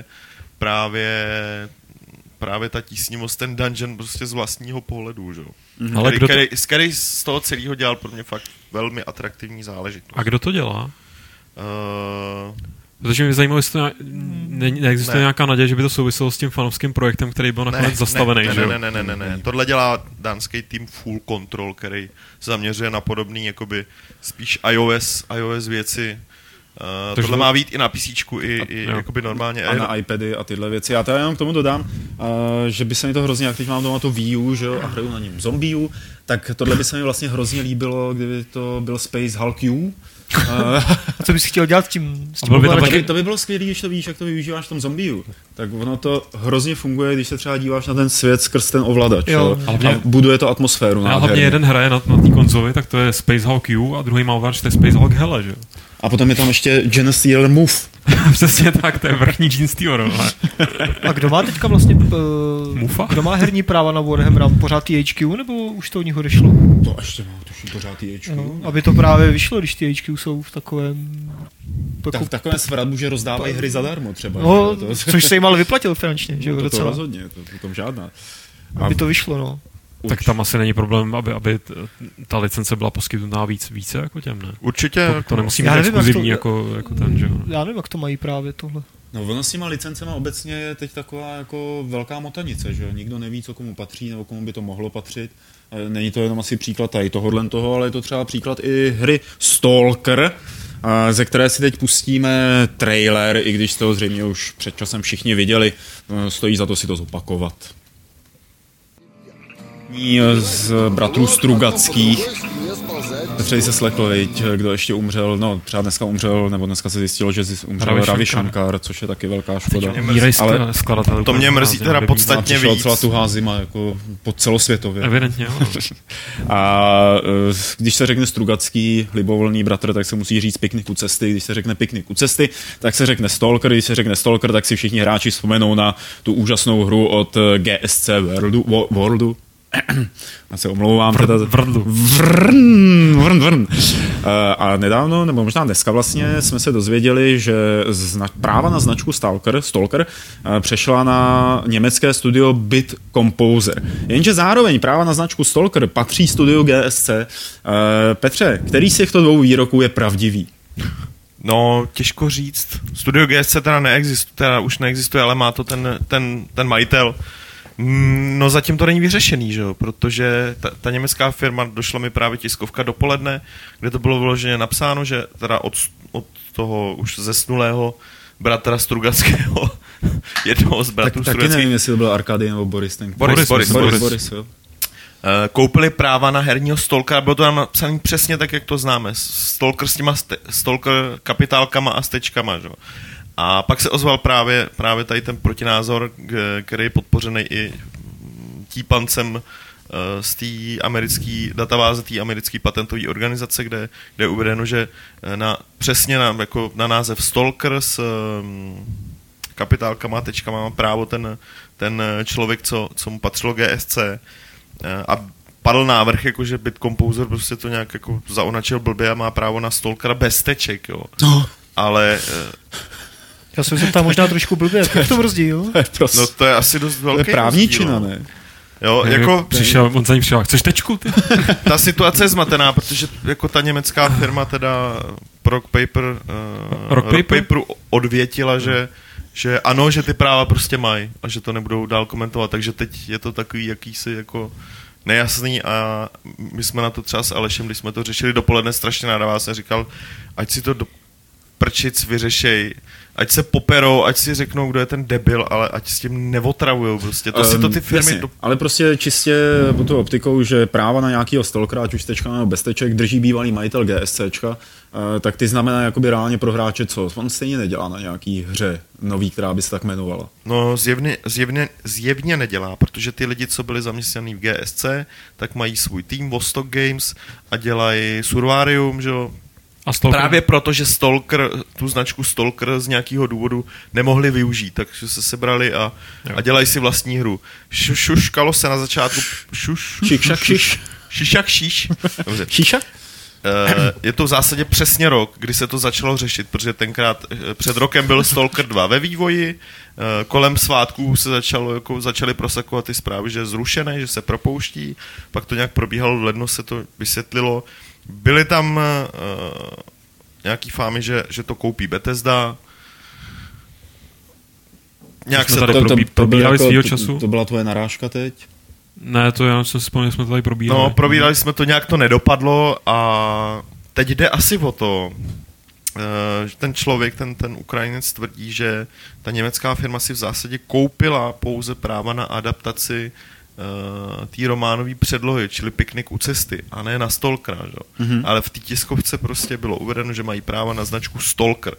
S1: právě ta tísnivost, ten dungeon prostě z vlastního pohledu, že? Který z toho celého dělal pro mě fakt velmi atraktivní záležitost.
S3: A kdo to dělá? Protože mě zajímalo, jestli to neexistuje nějaká naděje, že by to souviselo s tím fanovským projektem, který byl nakonec zastavený, že jo?
S1: Ne. Tohle dělá dánský tým Full Control, který se zaměřuje na podobný, jakoby spíš iOS věci. Tohle má být i na PCčku, i jakoby normálně.
S2: A na iPady a tyhle věci. Já teda jenom k tomu dodám, že by se mi to hrozně, jak teď mám doma to Wii U, že jo, a hraju na něm Zombiu, tak tohle by se mi vlastně hrozně líbilo, kdyby to byl Space Hulk U.
S4: A co bys chtěl dělat s tím
S2: to by bylo skvělé, když to víš, jak to využíváš v tom Zombiu. Tak ono to hrozně funguje, když se třeba díváš na ten svět skrz ten ovladač. Jo. A buduje to atmosféru.
S3: A hlavně jeden hraje na té konzoli, tak to je Space Hulk U a druhý má ovladač, to je Space Hulk Helle, že jo?
S2: A potom je tam ještě Gene Stealer Move.
S3: Přesně tak, to je vrchní Gene Stealer.
S4: A kdo má teďka vlastně
S3: Mufa?
S4: Kdo má herní práva na Warhammer? Pořád THQ, nebo už to od nich odešlo?
S2: To ještě má, tuším pořád THQ.
S4: No, aby to právě vyšlo, když THQ jsou v takovém...
S2: Tak v takovém svratbu, že rozdávají hry zadarmo třeba.
S4: No, což se jim ale vyplatil finančně, že jo?
S2: To rozhodně, to tom žádná.
S4: Aby to vyšlo, no.
S3: Tak tam asi není problém, aby ta licence byla poskytnutá více jako těm, ne?
S1: Určitě.
S3: To nemusí být exkluzivní jako ten, že jo?
S4: Já nevím, jak to mají právě tohle.
S2: No ono s těma licencema obecně je teď taková jako velká motanice, že nikdo neví, co komu patří nebo komu by to mohlo patřit. Není to jenom asi příklad tady toho, ale je to třeba příklad i hry Stalker, ze které si teď pustíme trailer, i když jste ho zřejmě už před časem všichni viděli, stojí za to si to zopakovat. Z bratrů Strugackých. Petře se slekl, kdo ještě umřel, no třeba dneska umřel, nebo dneska se zjistilo, že umřel Ravi Shankar, což je taky velká škoda.
S3: Ale
S1: to mě mrzí teda podstatně víc.
S2: Přišla celá tuhá zima, jako po celosvětově.
S3: Evidentně, jo.
S2: A když se řekne Strugacký, libovolný bratr, tak se musí říct Piknik u cesty. Když se řekne Piknik u cesty, tak se řekne Stalker. Když se řekne Stalker, tak si všichni hráči vzpomenou na tu úžasnou hru od GSC Worldu. Já se omlouvám. Vrn. A nedávno, nebo možná dneska vlastně, jsme se dozvěděli, že práva na značku Stalker přešla na německé studio Bit Composer. Jenže zároveň práva na značku Stalker patří studiu GSC. Petře, který z těchto dvou výroků je pravdivý?
S1: No, těžko říct. Studio GSC teda už neexistuje, ale má to ten majitel. No zatím to není vyřešený, že jo, protože ta německá firma, došla mi právě tiskovka dopoledne, kde to bylo vyloženě napsáno, že teda od toho už zesnulého bratra Strugackého, jednoho z bratrů
S2: Strugackých. Taky nevím, jestli to byl Arkady nebo Boris.
S1: Boris, jo. Koupili práva na herního Stalkera, bylo to tam napsané přesně tak, jak to známe. Stalker s těma Stalker kapitálkama a stečkama, že jo. A pak se ozval právě tady ten protinázor, který je podpořený i típancem z té americké databáze, té americké patentové organizace, kde je uvedeno, že přesně na název Stalker s kapitálkama a tečkama má právo ten člověk, co mu patřilo GSC. A padl návrh, jako, že Bit Composer prostě to nějak jako zaonačil blbě a má právo na Stalkera bez teček, jo. No. Ale...
S4: Já jsem se tam možná trošku blbě, jak to rozdíl?
S1: No to je asi dost velký.
S2: To je právničina, ne?
S1: Jo, jako...
S3: On za ním přišel, chceš tečku, ty?
S1: Ta situace je zmatená, protože jako ta německá firma teda Rock Paper odvětila, že ano, že ty práva prostě mají a že to nebudou dál komentovat, takže teď je to takový jakýsi jako nejasný a my jsme na to třeba s Alešem, když jsme to řešili dopoledne, strašně nadával, jsem říkal, ať si to do prčic vyřešej, ať se poperou, ať si řeknou, kdo je ten debil, ale ať s tím neotravujou prostě, to si to ty firmy...
S2: Jasně, ale prostě čistě po tou optikou, že práva na nějakýho stalkera, ať už tečka nebo bez teček, drží bývalý majitel GSCčka, tak ty znamená jakoby reálně pro hráče co? On stejně nedělá na nějaký hře nový, která by se tak jmenovala.
S1: No zjevně nedělá, protože ty lidi, co byli zaměstnaný v GSC, tak mají svůj tým Vostok Games a dělají Survarium, že jo? Právě proto, že Stalker, tu značku Stalker z nějakého důvodu nemohli využít, takže se sebrali a dělají si vlastní hru. Šuškalo se na začátku...
S2: Šišak?
S1: Je to v zásadě přesně rok, kdy se to začalo řešit, protože tenkrát před rokem byl Stalker 2 ve vývoji, kolem svátků se začaly prosakovat ty zprávy, že je zrušené, že se propouští, pak to nějak probíhalo, v lednu se to vysvětlilo. Byly tam nějaký fámy, že to koupí Bethesda.
S3: Nějak se to probírali svýho času.
S2: To byla tvoje narážka teď?
S3: Ne, to já jsem si vzpomněl, jsme to tady probírali.
S1: No, probírali jsme to, nějak to nedopadlo a teď jde asi o to, že ten člověk, ten Ukrajinec tvrdí, že ta německá firma si v zásadě koupila pouze práva na adaptaci té románové předlohy, čili Piknik u cesty, a ne na Stalkera, že? Ale v té tiskovce prostě bylo uvedeno, že mají práva na značku Stalker.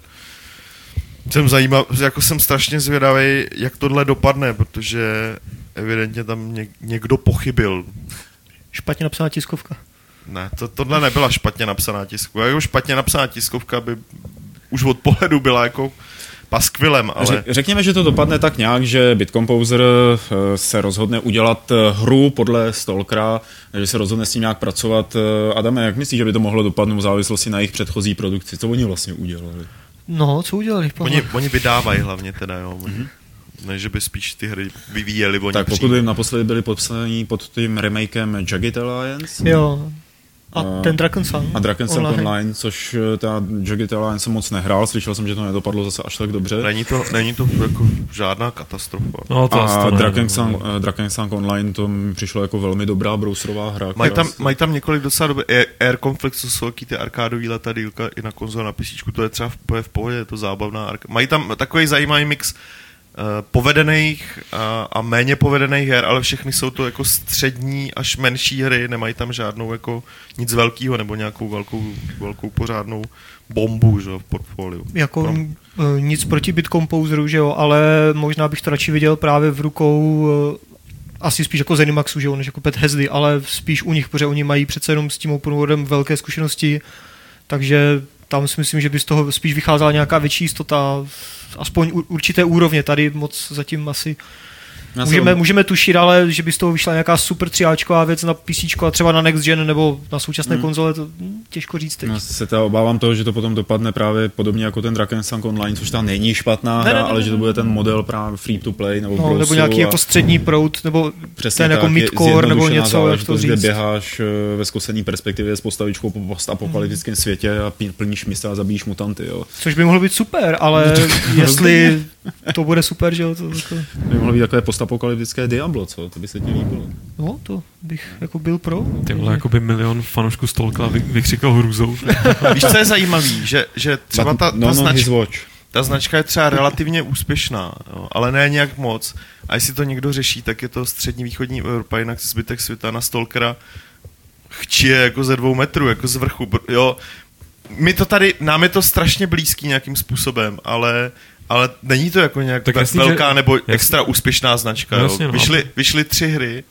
S1: Jsem strašně zvědavý, jak tohle dopadne, protože evidentně tam někdo pochybil.
S4: Špatně napsaná tiskovka.
S1: Ne, tohle nebyla špatně napsaná tiskovka. Jako špatně napsaná tiskovka by už od pohledu byla jako paskvilem, ale...
S2: Řekněme, že to dopadne tak nějak, že Bitcomposer se rozhodne udělat hru podle Stalkera, že se rozhodne s tím nějak pracovat. Adame, jak myslíš, že by to mohlo dopadnout v závislosti na jejich předchozí produkci? Co oni vlastně udělali?
S4: No, co udělali?
S1: Oni vydávají hlavně teda, jo. Ne, že by spíš ty hry vyvíjeli oni.
S2: Tak pokud by naposledy byli podpsaní pod tím remakem Jagged Alliance.
S4: Jo. A ten Drakensang.
S2: A Drakensang Online, což ta Jagged Alliance moc nehrál, slyšel jsem, že to nedopadlo zase až tak dobře.
S1: Není to jako žádná katastrofa.
S3: No,
S2: a Drakensang Online to mi přišlo jako velmi dobrá browserová hra.
S1: Mají tam několik docela dobrý Air Conflict, co jsou ty arkádový letadýlka i na konzole, na PC, to je třeba v pohodě, je to zábavná mají tam takový zajímavý mix povedených a méně povedených her, ale všechny jsou to jako střední až menší hry, nemají tam žádnou jako nic velkého nebo nějakou velkou pořádnou bombu, že, v portfoliu.
S4: Jako nic proti Bitcomposeru, že jo, ale možná bych to radši viděl právě v rukou asi spíš jako Zenimaxu, že jo, než jako Bethesdy, ale spíš u nich, protože oni mají přece jenom s tím open worldem velké zkušenosti, takže tam si myslím, že by z toho spíš vycházela nějaká větší jistota, aspoň určité úrovně, tady moc zatím asi můžeme tušit, ale že by z toho vyšla nějaká super 3áčková věc na PC a třeba na next gen nebo na současné konzole, to těžko říct teď.
S2: Já se teda obávám toho, že to potom dopadne právě podobně jako ten Drakensang Online, což tam není špatná hra, ale že to bude ten model právě free to play
S4: nebo nějaký jako střední proud, nebo ten jako midcore nebo něco, jak to říct.
S2: Kde běháš ve zkušený perspektivě s postavičkou po postapokalyptickém světě a plníš místa a zabíjíš mutanty, jo.
S4: Což by mohlo být super, ale jestli to bude super, že jo, to
S2: by mohlo být takové postapokalyptické Diablo, co? To by se ti líbilo.
S4: No, to bych jako byl pro.
S3: Ty vole, jako by milion fanoušků Stalkera vykřikal hrůzou.
S1: Víš, co je zajímavý? Že třeba ta značka je třeba relativně úspěšná, jo, ale ne nějak moc. A jestli to někdo řeší, tak je to střední východní Evropa, jinak zbytek světa na Stalkera chčije jako ze 2 metrů, jako z vrchu. Jo. Nám je to strašně blízký nějakým způsobem, ale není to jako nějak velká nebo extra úspěšná značka. No, jasně, vyšly 3 hry.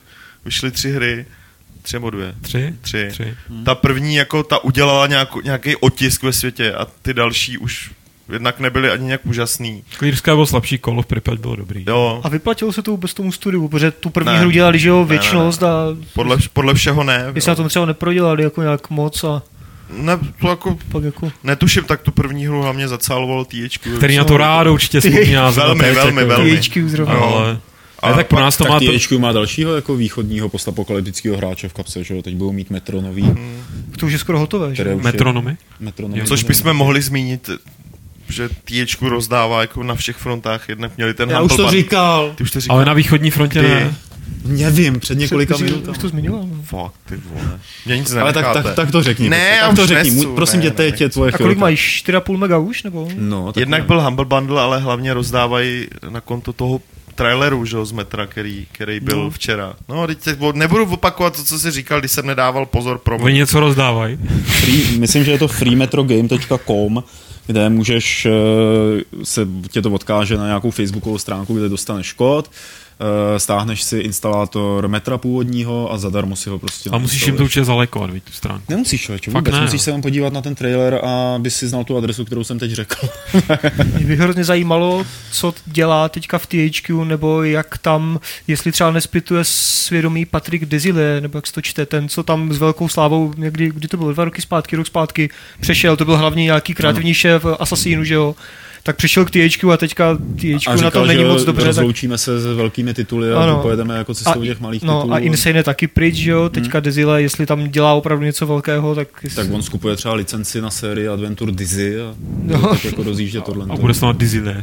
S1: 3 nebo 2? 3. Ta první jako ta udělala nějaký otisk ve světě a ty další už jednak nebyly ani nějak úžasný.
S3: Klírská byl slabší, Call of Pripyat bylo dobrý.
S1: Jo.
S4: A vyplatilo se to vůbec tomu studiu, protože tu první hru dělali, že jo, věčnost. A
S1: podle všeho ne.
S4: Jestli na tom třeba neprodělali jako nějak moc a...
S1: Ne, to jako netuším, tak tu první hru hlavně zacáloval THQ.
S3: Který na to rád určitě smutný název.
S1: Velmi.
S4: THQ zrovna.
S3: Ale tak pro nás to má...
S2: THQ má dalšího jako východního postapokalyptického hráče v kapse, že jo? Teď budou mít Metronový.
S4: To už je skoro hotové, že?
S3: Metronomy?
S1: Což bychom mohli zmínit že THQ rozdává jako na všech frontách, jednak měli ten
S2: Já už to říkal.
S1: Ty už to říkal.
S3: Ale na východní frontě ne.
S2: Nevím, před několika minutami.
S4: Už to zmiňoval.
S1: Fakt, ty vole. Mě nic
S2: Ale
S1: nenecháte.
S2: tak to řekni.
S1: Ne,
S2: tak to řekni. Prosím tě, teď je tvoje
S4: A
S2: chvilka.
S4: kolik mají? 4,5 mega už? Nebo?
S2: No,
S1: Jednak byl Humble Bundle, ale hlavně rozdávají na konto toho traileru, že, z Metra, který byl včera. No, nebudu opakovat to, co jsi říkal, když jsem nedával pozor pro
S3: Oni něco rozdávají.
S2: Myslím, že je to freemetrogame.com, kde můžeš, tě to odkáže na nějakou facebookovou stránku, kde dostaneš kód, stáhneš si instalátor Metra původního a zadarmo si ho prostě
S3: A musíš jim to určitě zalekovat, víš, tu stránku.
S2: Nemusíš, člověče, vůbec.
S3: Ne,
S2: musíš se vám podívat na ten trailer a bys si znal tu adresu, kterou jsem teď řekl.
S4: Mě by hrozně zajímalo, co dělá teďka v THQ, nebo jak tam, jestli třeba nespituje svědomí Patrick Desilets, nebo jak se to čte, ten, co tam s velkou slávou, kdy to bylo, 2 roky zpátky, rok zpátky, přešel, to byl hlavně nějaký kreativní šéf Assassinu, že jo. Tak přišel k THQ a teďka THQ
S2: říkal,
S4: na tom není moc dobře.
S2: Rozloučíme se s velkými tituly a pojedeme jako cestou těch malých titulů.
S4: A Insane je taky pryč, že jo, teďka Desilets, jestli tam dělá opravdu něco velkého, tak
S2: on skupuje třeba licenci na sérii Adventure Dizzy a tak jako rozjíždět tohle.
S3: A bude snad Desire.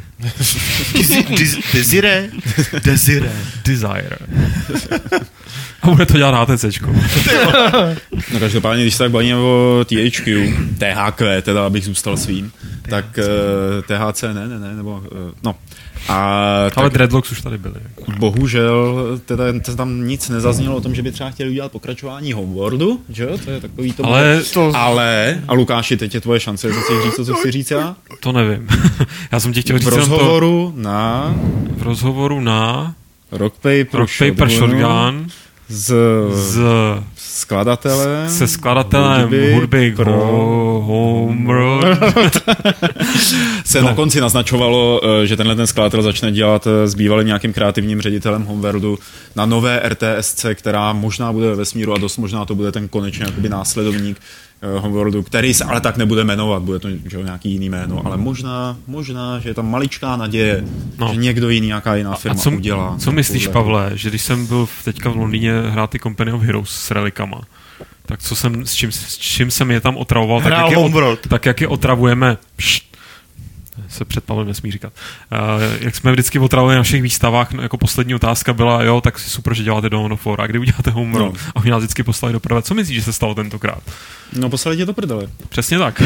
S3: Desire. A bude to dělat HTCčko.
S2: No každopádně, když se tak bavíme o THQ, THQ, teda abych zůstal svým, tak THC ne, nebo no.
S3: Ale Dreadlocks už tady byly.
S2: Bohužel teda tam nic nezaznělo o tom, že by třeba chtěli udělat pokračování Homeworldu, že jo? To je takový to. Ale, a Lukáši, teď je tvoje šance, co chceš říct, co chci říct já?
S3: To nevím. Já jsem ti chtěl říct
S2: v
S3: rozhovoru na
S2: Rock Paper
S3: Shotgun se skladatelem hudby Homeworld
S2: se na konci naznačovalo, že tenhle ten skladatel začne dělat s bývalým nějakým kreativním ředitelem Homeworldu na nové RTSC, která možná bude ve vesmíru a dost možná to bude ten konečně jakoby následovník Homeworldu, který se ale tak nebude jmenovat, bude to nějaký jiný jméno, ale možná, že je tam maličká naděje, že někdo jiný, nějaká jiná firma udělá.
S3: Co myslíš, Pavle, že když jsem byl teďka v Londýně hrát ty Company of Heroes s relikama, tak s čím jsem je tam otravoval, tak jak je otravujeme, se před Pavlem nesmí říkat. Jak jsme vždycky otravovali na všech výstavách, jako poslední otázka byla, jo, tak si super, že děláte Dawn of War, a kdy uděláte Homeworld? No. A oni nás vždycky poslali do prvé. Co myslíš, že se stalo tentokrát?
S2: No, poslali tě do prdele.
S3: Přesně tak.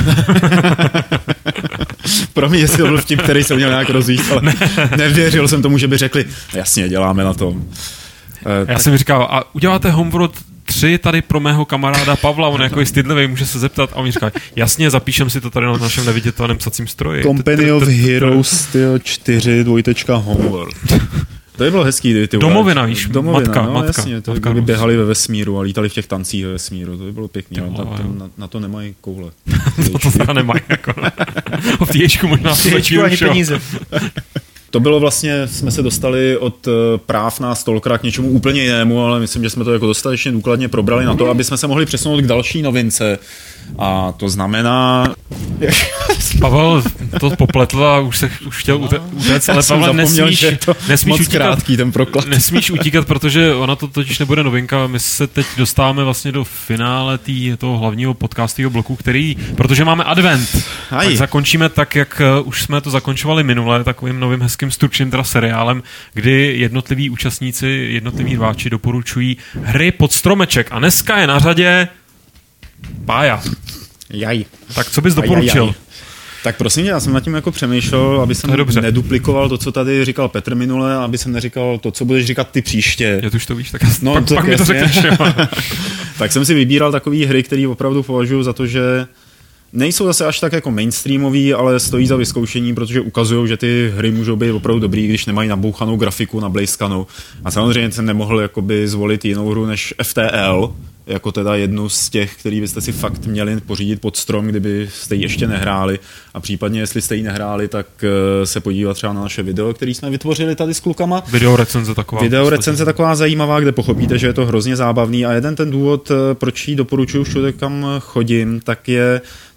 S2: Pro mě jestli to byl vtip, který jsem měl nějak rozvíjet, ale nevěřil jsem tomu, že by řekli, jasně, děláme na tom.
S3: Já jsem říkal, a uděláte Homeworld 3 tady pro mého kamaráda Pavla, on jako je stydlivý, může se zeptat, a oni říkají, jasně, zapíšem si to tady na našem neviditelném psacím stroji.
S2: Company of Heroes 4 Homeworld. To by bylo hezký.
S3: Domovina, víš, matka.
S2: Jasně, to by běhali ve vesmíru a lítali v těch tancích ve vesmíru, to by bylo pěkný, na to nemají koule.
S3: To teda nemají, jako. V THQ možná
S4: ani peníze.
S2: To bylo vlastně, jsme se dostali od práv na Stalkera k něčemu úplně jinému, ale myslím, že jsme to jako dostatečně důkladně probrali na to, aby jsme se mohli přesunout k další novince. A to znamená...
S3: Pavel to popletl a už chtěl utéct, ale Pavel nesmíš utíkat, protože ona to totiž nebude novinka. My se teď dostáváme vlastně do finále toho hlavního podcastového bloku, protože máme advent, tak zakončíme tak, jak už jsme to zakončovali minule, takovým novým hezkým stručným seriálem, kdy jednotliví účastníci, jednotliví rváči doporučují hry pod stromeček. A dneska je na řadě Pája.
S2: Jaj.
S3: Tak co bys doporučil?
S2: Tak prosím tě, já jsem nad tím jako přemýšlel, aby jsem neduplikoval to, co tady říkal Petr minule, aby jsem neříkal to, co budeš říkat ty příště.
S3: Já už to víš, tak pak mi to řekneš.
S2: Tak jsem si vybíral takové hry, které opravdu považuji za to, že nejsou zase až tak jako mainstreamový, ale stojí za vyzkoušení, protože ukazují, že ty hry můžou být opravdu dobrý, když nemají nabouchanou grafiku, nablejskanou. A samozřejmě jsem nemohl jakoby zvolit jinou hru než FTL, jako teda jednu z těch, který byste si fakt měli pořídit pod strom, kdybyste ji ještě nehráli. A případně, jestli jste ji nehráli, tak se podívat třeba na naše video, který jsme vytvořili tady s klukama. Videorecenze taková zajímavá, kde pochopíte, že je to hrozně zábavný. A jeden ten důvod, proč ji doporučuji všude, kam chodím, tak je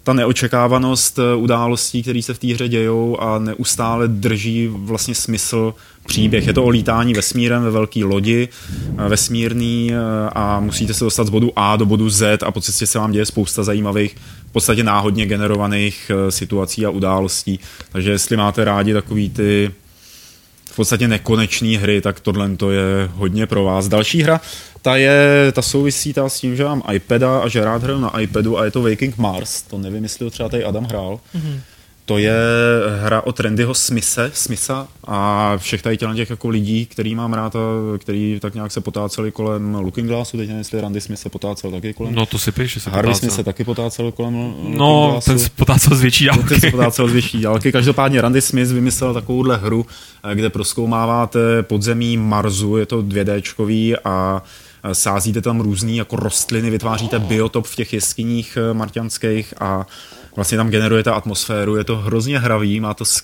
S2: ta neočekávanost událostí, které se v té hře dějou a neustále drží vlastně smysl příběh. Je to o lítání vesmírem ve velké lodi, vesmírný a musíte se dostat z bodu A do bodu Z a po cestě se vám děje spousta zajímavých, v podstatě náhodně generovaných situací a událostí. Takže jestli máte rádi takový ty v podstatě nekonečný hry, tak tohle to je hodně pro vás. Další hra, ta souvisí s tím, že mám iPada a že rád hraju na iPadu a je to Waking Mars. To nevím, jestli ho třeba tady Adam hrál. Mm-hmm. To je hra od Randyho Smitha a všech tady těch jako lidí, který mám rád a který tak nějak se potáceli kolem Looking Glassu. Teď nevím, jestli Randy Smith se potácel taky kolem.
S3: No to si píš, že se
S2: Harvey Smith se taky potácel kolem Looking Glassu.
S3: Ten se potácel z větší dálky.
S2: Ten se potácel z větší dálky. Každopádně Randy Smith vymyslel takovouhle hru, kde prozkoumáváte podzemí Marsu, je to 2Dčkový a sázíte tam různý jako rostliny, vytváříte biotop v těch jeskyních marťanských a vlastně tam generujete atmosféru, je to hrozně hravý, má to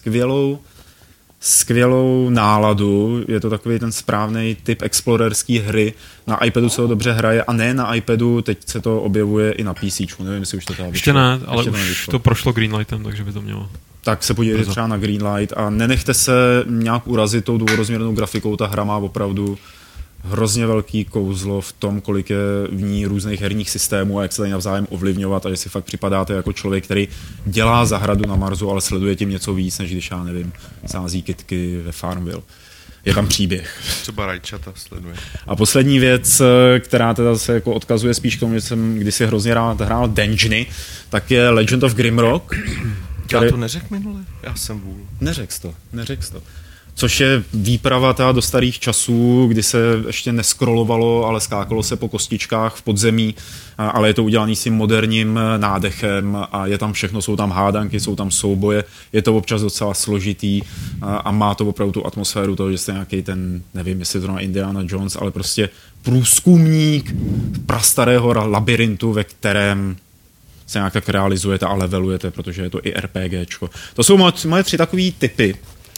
S2: skvělou náladu, je to takový ten správný typ explorerský hry, na iPadu se ho dobře hraje a ne na iPadu, teď se to objevuje i na PC, nevím, jestli už to tady
S3: ještě ne, ale už to prošlo Greenlightem, takže by to mělo.
S2: Tak se podívejte třeba na Greenlight a nenechte se nějak urazit tou dvourozměrnou grafikou, ta hra má opravdu hrozně velký kouzlo v tom, kolik je v ní různých herních systémů a jak se tady navzájem ovlivňovat a že si fakt připadáte jako člověk, který dělá zahradu na Marsu, ale sleduje tím něco víc, než když já nevím, sází kytky ve Farmville. Je tam příběh.
S1: Třeba rajčata sleduje.
S2: A poslední věc, která teda se jako odkazuje spíš k tomu, že jsem kdysi hrozně rád hrál Dungeony, tak je Legend of Grimrock.
S1: Já to neřekl minule? Já jsem vůl.
S2: Neřekl to. Což je výprava do starých časů, kdy se ještě neskrolovalo, ale skákalo se po kostičkách v podzemí, ale je to udělané s tím moderním nádechem a je tam všechno, jsou tam hádanky, jsou tam souboje, je to občas docela složitý a má to opravdu tu atmosféru toho, že jste nějaký ten, nevím, jestli to na Indiana Jones, ale prostě průzkumník prastarého labirintu, ve kterém se nějak tak realizujete a levelujete, protože je to i RPGčko. To jsou moje 3 takový typy.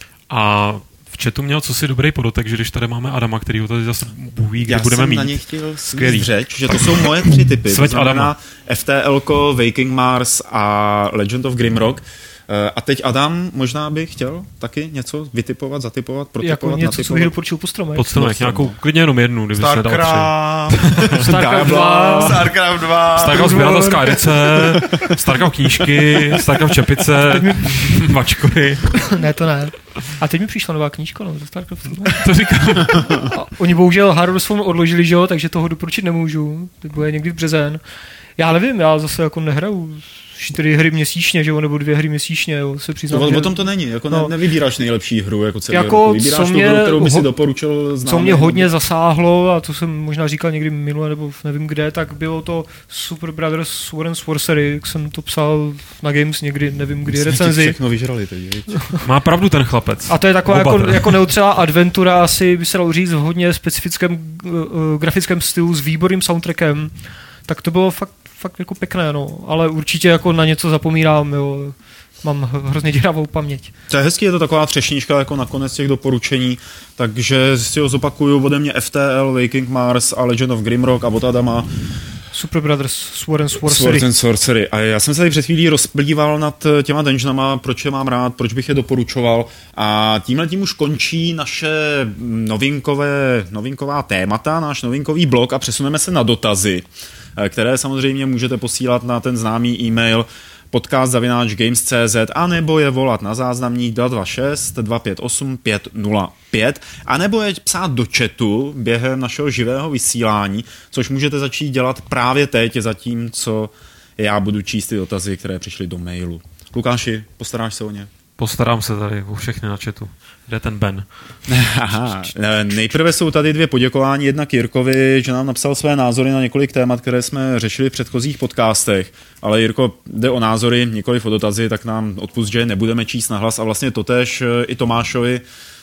S3: A v chatu měl cosi dobrý podotek, že když tady máme Adama, který ho tady zase bůví, kdy budeme mít.
S2: Já jsem na něj chtěl skvělý řeč, že to jsou moje 3 typy.
S3: Sveď Adama.
S2: FTL-ko, Waking Mars a Legend of Grimrock. A teď Adam možná by chtěl taky něco vytipovat, zatipovat, protipovat,
S4: jako něco,
S2: natipovat.
S4: co bych doporučil po stromech.
S3: Pod stromek, nějakou, klidně jenom jednu, kdyby se nedal 3.
S4: Starcraft 2.
S3: Starcraft sběratelská edice, Starcraft knížky, Starcraft čepice, mačkory.
S4: Ne, to ne. A teď mi přišla nová knížka, no, ze Starcraftu.
S3: To říkám.
S4: A oni bohužel Heroes of Stone odložili, že jo, takže toho doporučit nemůžu. To bude někdy v březen. Já nevím, já zase jako nehraju 4 hry měsíčně, že jo, nebo 2 hry měsíčně, jo, se přiznám.
S2: O tom to není, jako no. Nevybíráš nejlepší hru, jako celý
S4: jako
S2: roku. Vybíráš tu hru, kterou by si doporučil známým.
S4: Co mě hodně zasáhlo, a to jsem možná říkal někdy minule, nebo nevím kde, tak bylo to Super Brothers Sword and Sorcery, jak jsem to psal na Games někdy, nevím kdy, recenzi.
S2: Všechno vyžrali teď.
S3: Má pravdu ten chlapec.
S4: A to je taková jako neutřelá adventura, asi by se dalo říct v hodně specifickém grafickém stylu s výborným soundtrackem. Tak to bylo fakt jako pěkné, no, ale určitě jako na něco zapomínám, jo. Mám hrozně děravou paměť.
S2: To je hezký, je to taková třešnička jako nakonec těch doporučení, takže si ho zopakuju ode mě FTL, Waking Mars a Legend of Grimrock a od Adama
S4: Super Brothers Sword and
S2: Sorcery. A já jsem se tady před chvílí rozplýval nad těma dungeonama, proč je mám rád, proč bych je doporučoval. A tímhletím už končí naše novinková témata, náš novinkový blog a přesuneme se na dotazy, které samozřejmě můžete posílat na ten známý e-mail podcast@games.cz a nebo je volat na záznamník 226 258 505 a nebo je psát do chatu během našeho živého vysílání, což můžete začít dělat právě teď, zatímco já budu číst ty dotazy, které přišly do mailu. Lukáši, postaráš se o ně?
S3: Postarám se tady o všechny na chatu. Kde je ten Ben?
S2: Aha, nejprve jsou tady 2 poděkování. Jednak Jirkovi, že nám napsal své názory na několik témat, které jsme řešili v předchozích podcastech. Ale Jirko, jde o názory, nikoliv o dotazy, tak nám odpust, že nebudeme číst nahlas. A vlastně totéž i Tomášovi.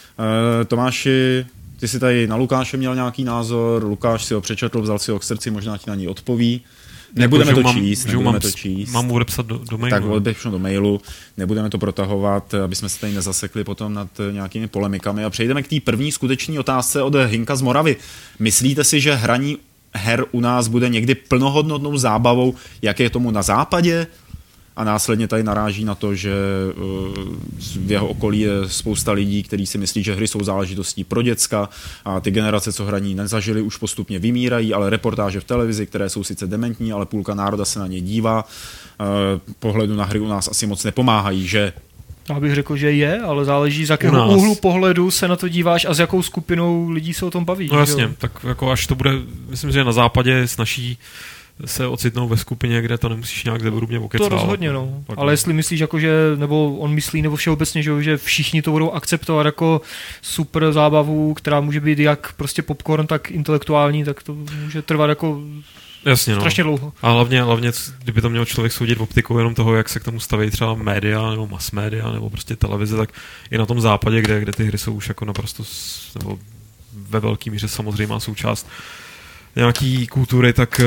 S2: Tomáši, ty jsi tady na Lukáše měl nějaký názor, Lukáš si ho přečetl, vzal si ho k srdci, možná ti na ní odpoví. Nebudeme to číst.
S3: Mám odepsat do mailu.
S2: Tak odepřu do mailu, nebudeme to protahovat, aby jsme se tady nezasekli potom nad nějakými polemikami a přejdeme k té první skuteční otázce od Hinka z Moravy. Myslíte si, že hraní her u nás bude někdy plnohodnotnou zábavou, jak je tomu na západě? a následně tady naráží na to, že v jeho okolí je spousta lidí, kteří si myslí, že hry jsou záležitostí pro děcka a ty generace, co hraní nezažili, už postupně vymírají, ale reportáže v televizi, které jsou sice dementní, ale půlka národa se na ně dívá, pohledu na hry u nás asi moc nepomáhají, že?
S4: Já bych řekl, že je, ale záleží, z jakého úhlu pohledu se na to díváš a s jakou skupinou lidí se o tom baví.
S3: No jasně, jo? Tak jako až to bude, myslím, že na západě snaží se ocitnou ve skupině, kde to nemusíš nějak zevrubně okecávat.
S4: To rozhodně, no. Ale jestli myslíš, jako, že, nebo on myslí, nebo všeobecně, že všichni to budou akceptovat jako super zábavu, která může být jak prostě popcorn, tak intelektuální, tak to může trvat jako
S3: jasně,
S4: strašně dlouho.
S3: A hlavně, kdyby to měl člověk soudit optikou jenom toho, jak se k tomu staví třeba média, nebo mass media, nebo prostě televize, tak i na tom západě, kde ty hry jsou už jako naprosto, nebo ve velký míře samozřejmě má součást nějaký kultury, tak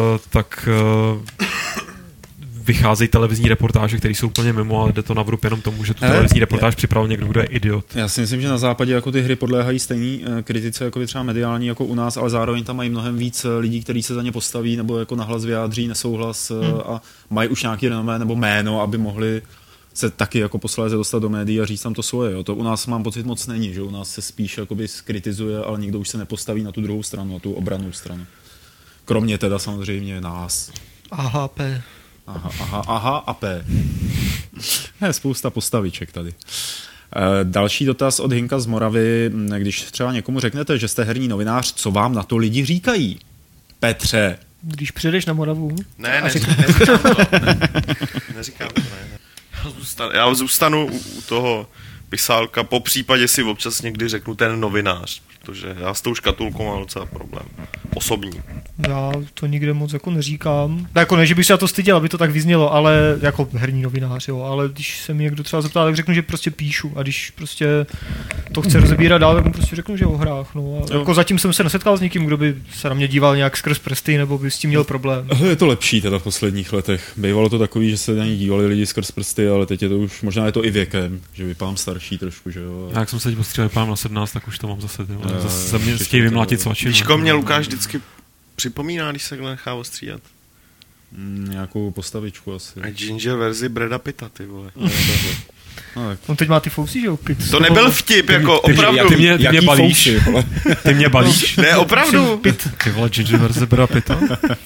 S3: vycházejí televizní reportáže, které jsou úplně mimo, ale jde to na vrub jenom tomu, že tu televizní reportáž připravil někdo, kdo je idiot.
S2: Já si myslím, že na západě jako ty hry podléhají stejný kritice jako by třeba mediální jako u nás, ale zároveň tam mají mnohem víc lidí, kteří se za ně postaví nebo jako nahlas vyjádří nesouhlas a mají už nějaký renomé nebo jméno, aby mohli se taky jako posléze dostat do médií a říct tam to svoje. Jo. To u nás mám pocit moc není, že u nás se spíš jakoby skritizuje, ale nikdo už se nepostaví na tu druhou stranu, na tu obrannou stranu. Kromě teda samozřejmě nás.
S4: Aha, P.
S2: Aha a P. Je spousta postaviček tady. Další dotaz od Hinka z Moravy. Když třeba někomu řeknete, že jste herní novinář, co vám na to lidi říkají? Petře.
S4: Když přijedeš na Moravu?
S1: Ne, neříkám to. Neříkám to, ne. Já zůstanu u toho pisálka, po případě si občas někdy řeknu ten novinář, protože já s tou škatulkou mám docela problém. Osobní.
S4: Já to nikde moc jako neříkám. Jako ne, že bych se na to styděl, aby to tak vyznělo, ale jako herní novinář, jo. Ale když se mi někdo třeba zeptá, tak řeknu, že prostě píšu. A když prostě to chce rozebírat dál, tak mu prostě řeknu, že o hrách. No. A jako zatím jsem se nesetkal s někým, kdo by se na mě díval nějak skrz prsty, nebo by s tím měl problém.
S2: Je to lepší teda v posledních letech. Bývalo to takový, že se na ní dívali lidi skrz prsty, ale teď je to už, možná je to i věkem, že vypadám starší trošku, že jo.
S3: A jak jsem se teď postřílel, vypadám na 17, tak už to mám zase. Zase mě chtějí vymlátit svačinu.
S1: Víško mě Lukáš vždycky připomíná, když se nechá ostříhat.
S2: Nějakou postavičku asi.
S1: A Ginger verzi Brada Pitta, ty vole.
S4: On teď má ty fousy, že jo? Pit.
S1: To nebyl vtip, jako opravdu.
S3: Ty mě balíš. Ty mě balíš.
S1: Ne, opravdu.
S3: Ty vole, Ginger verzi Brada Pitta.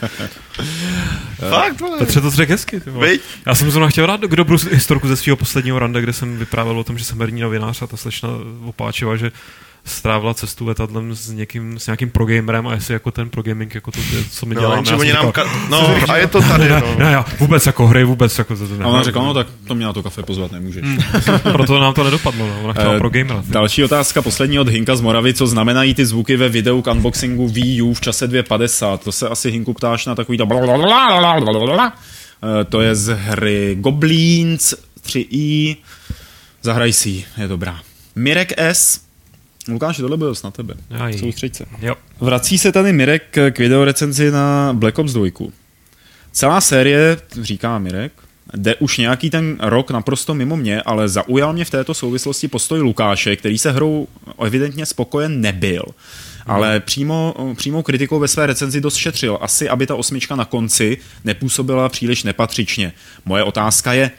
S1: Fakt, vole.
S3: Petře, to řekl hezky, ty vole. Já jsem zrovna chtěl rád dobrou historku ze svého posledního rande, kde jsem vyprávěl o tom, že jsem herní novinář a ta slečna opáčila, že strávila cestu letadlem s nějakým progamerem a jestli jako ten progaming, jako to, co my děláme.
S1: A je to tady,
S3: ne, vůbec jako hry, vůbec jako...
S2: A ona řekla, no tak to mě na to kafe pozvat nemůžeš.
S3: Proto nám to nedopadlo, no. Ona chtěla progamera.
S2: Další otázka, poslední od Hinka z Moravy, co znamenají ty zvuky ve videu k unboxingu Wii U v čase 2.50. To se asi, Hinku, ptáš na takový to je z hry Goblins 3i. Zahraj si, je dobrá. Mirek S. Lukáši, tohle bylo na tebe. Soustřeď se.
S3: Jo.
S2: Vrací se tady Mirek k videorecenzi na Black Ops 2. Celá série, říká Mirek, jde už nějaký ten rok naprosto mimo mě, ale zaujal mě v této souvislosti postoj Lukáše, který se hrou evidentně spokojen nebyl. Ale přímou kritikou ve své recenzi dost šetřil. Asi, aby ta 8 na konci nepůsobila příliš nepatřičně. Moje otázka je,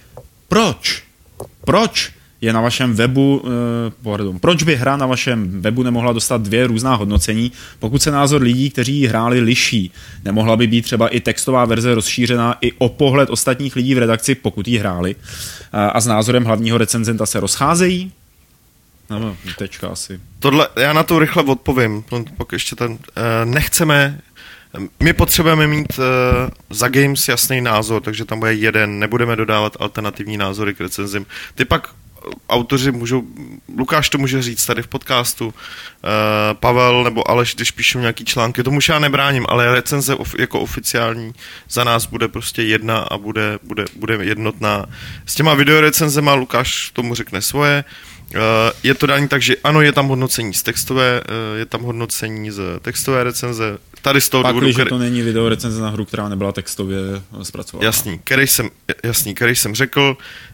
S2: proč je na vašem webu, proč by hra na vašem webu nemohla dostat 2 různá hodnocení, pokud se názor lidí, kteří ji hráli, liší? Nemohla by být třeba i textová verze rozšířená i o pohled ostatních lidí v redakci, pokud ji hráli? A s názorem hlavního recenzenta se rozcházejí? No, tečka asi.
S1: Tohle, já na to rychle odpovím. Pak ještě nechceme... My potřebujeme mít za Games jasný názor, takže tam bude jeden, nebudeme dodávat alternativní názory k recenzím. Ty pak autoři můžou, Lukáš to může říct tady v podcastu, Pavel nebo Aleš, když píšou nějaký články, tomu já nebráním, ale recenze jako oficiální za nás bude prostě jedna a bude jednotná. S těma videorecenzema Lukáš tomu řekne svoje. Je to daný tak, že ano, je tam hodnocení z textové, je tam hodnocení z textové recenze. Tady z toho důvodu,
S2: že to není video recenze na hru, která nebyla textově zpracovaná.
S1: Jasný, který jsem řekl.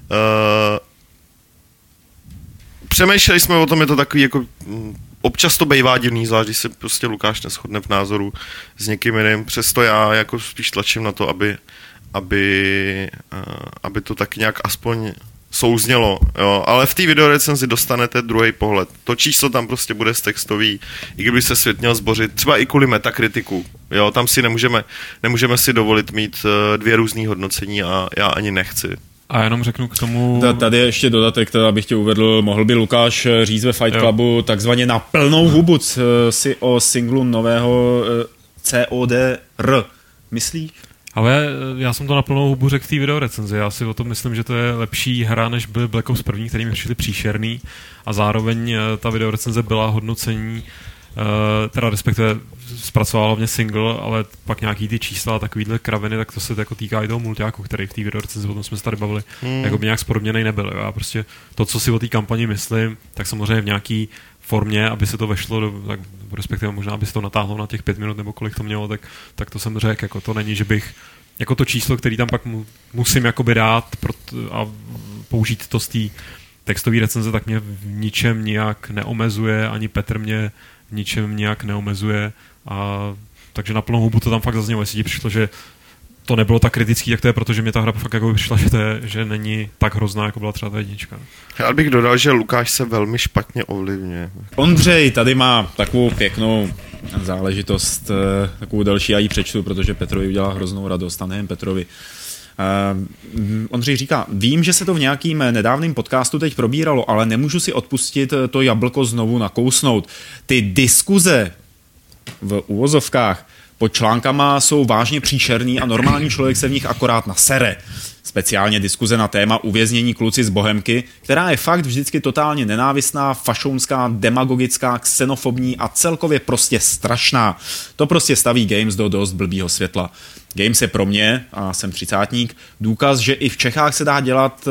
S1: Přemýšleli jsme o tom, je to takový jako občas to bývá divný, zvlášť když se prostě Lukáš neshodne v názoru s někým jiným, přesto já jako spíš tlačím na to, aby to tak nějak aspoň souznělo, jo, ale v té videorecenzi dostanete druhý pohled. To číslo tam prostě bude z textový, i kdyby se svět měl zbořit, třeba i kvůli metakritiku, jo, tam si nemůžeme si dovolit mít 2 různý hodnocení a já ani nechci.
S3: A jenom řeknu k tomu...
S2: Tady je ještě dodatek, který bych tě uvedl, mohl by Lukáš říct ve Fight Clubu takzvaně na plnou hubu si o singlu nového CODR. Myslíš?
S3: Ale já jsem to na plnou hubu řekl v té videorecenzi. Já si o tom myslím, že to je lepší hra, než byl Black Ops 1, který mi přišli příšerný. A zároveň ta videorecenze byla hodnocení, teda respektive zpracovala hlavně single, ale pak nějaký ty čísla a takovýhle kraviny, tak to se jako týká i toho multiáku, který v té videorecenzi, o tom jsme se tady bavili, jako by nějak spodobněnej nebyl. Já prostě to, co si o té kampani myslím, tak samozřejmě v nějaký formě, aby se to vešlo, tak respektive možná, aby se to natáhlo na těch 5 minut nebo kolik to mělo, tak to jsem řekl, jako to není, že bych jako to číslo, který tam pak musím jakoby dát a použít to z té textové recenze, tak mě v ničem nijak neomezuje, ani Petr mě v ničem nijak neomezuje, a takže na plnou hubu to tam fakt zaznělo. Jestli ti přišlo, že to nebylo tak kritický, tak to je proto, že mě ta hra fakt jako přišla, že není tak hrozná, jako byla třeba ta jednička.
S1: Já bych dodal, že Lukáš se velmi špatně ovlivňuje.
S2: Ondřej tady má takovou pěknou záležitost, takovou další, já ji přečtu, protože Petrovi udělá hroznou radost, a nejen Petrovi. Ondřej říká, vím, že se to v nějakým nedávným podcastu teď probíralo, ale nemůžu si odpustit to jablko znovu nakousnout. Ty diskuze v uvozovkách pod článkama jsou vážně příšerný a normální člověk se v nich akorát nasere. Speciálně diskuze na téma uvěznění kluci z Bohemky, která je fakt vždycky totálně nenávistná, fašounská, demagogická, xenofobní a celkově prostě strašná. To prostě staví Games do dost blbýho světla. Games je pro mě, a jsem 30-tník, důkaz, že i v Čechách se dá dělat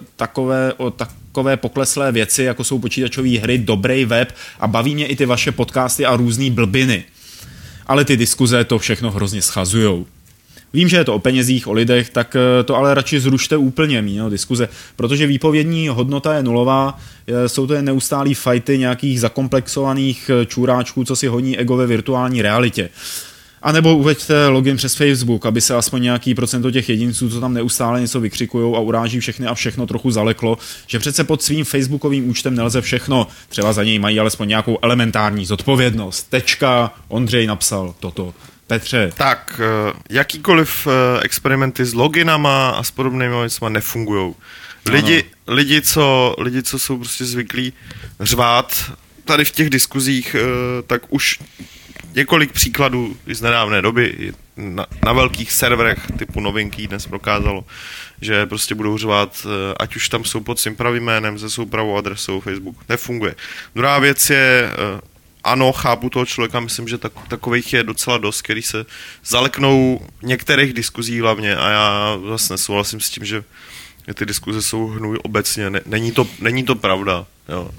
S2: takové pokleslé věci, jako jsou počítačové hry, dobrý web, a baví mě i ty vaše podcasty a různý blbiny. Ale ty diskuze to všechno hrozně schazujou. Vím, že je to o penězích, o lidech, tak to ale radši zrušte úplně, diskuze, protože výpovědní hodnota je nulová, jsou to jen neustálý fajty nějakých zakomplexovaných čůráčků, co si honí ego ve virtuální realitě. A nebo uveďte login přes Facebook, aby se aspoň nějaký procento těch jedinců, co tam neustále něco vykřikujou a uráží všechny a všechno, trochu zaleklo, že přece pod svým facebookovým účtem nelze všechno, třeba za něj mají alespoň nějakou elementární zodpovědnost. Tečka, Ondřej napsal toto. Petře.
S1: Tak, jakýkoliv experimenty s loginama a s podobnými věcmi nefungujou. Lidi, co jsou prostě zvyklí řvát tady v těch diskuzích, tak už několik příkladů z nedávné doby na velkých serverech typu Novinky dnes prokázalo, že prostě budou řvát, ať už tam jsou pod svým pravým jménem, se svou pravou adresou Facebook. Nefunguje. Druhá věc je, ano, chápu toho člověka, myslím, že takových je docela dost, který se zaleknou některých diskuzí hlavně, a já zase nesouhlasím s tím, že ty diskuze jsou hnůj obecně. Není to pravda. Jo.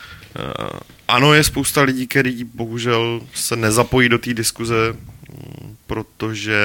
S1: Ano, je spousta lidí, kteří bohužel se nezapojí do té diskuze, protože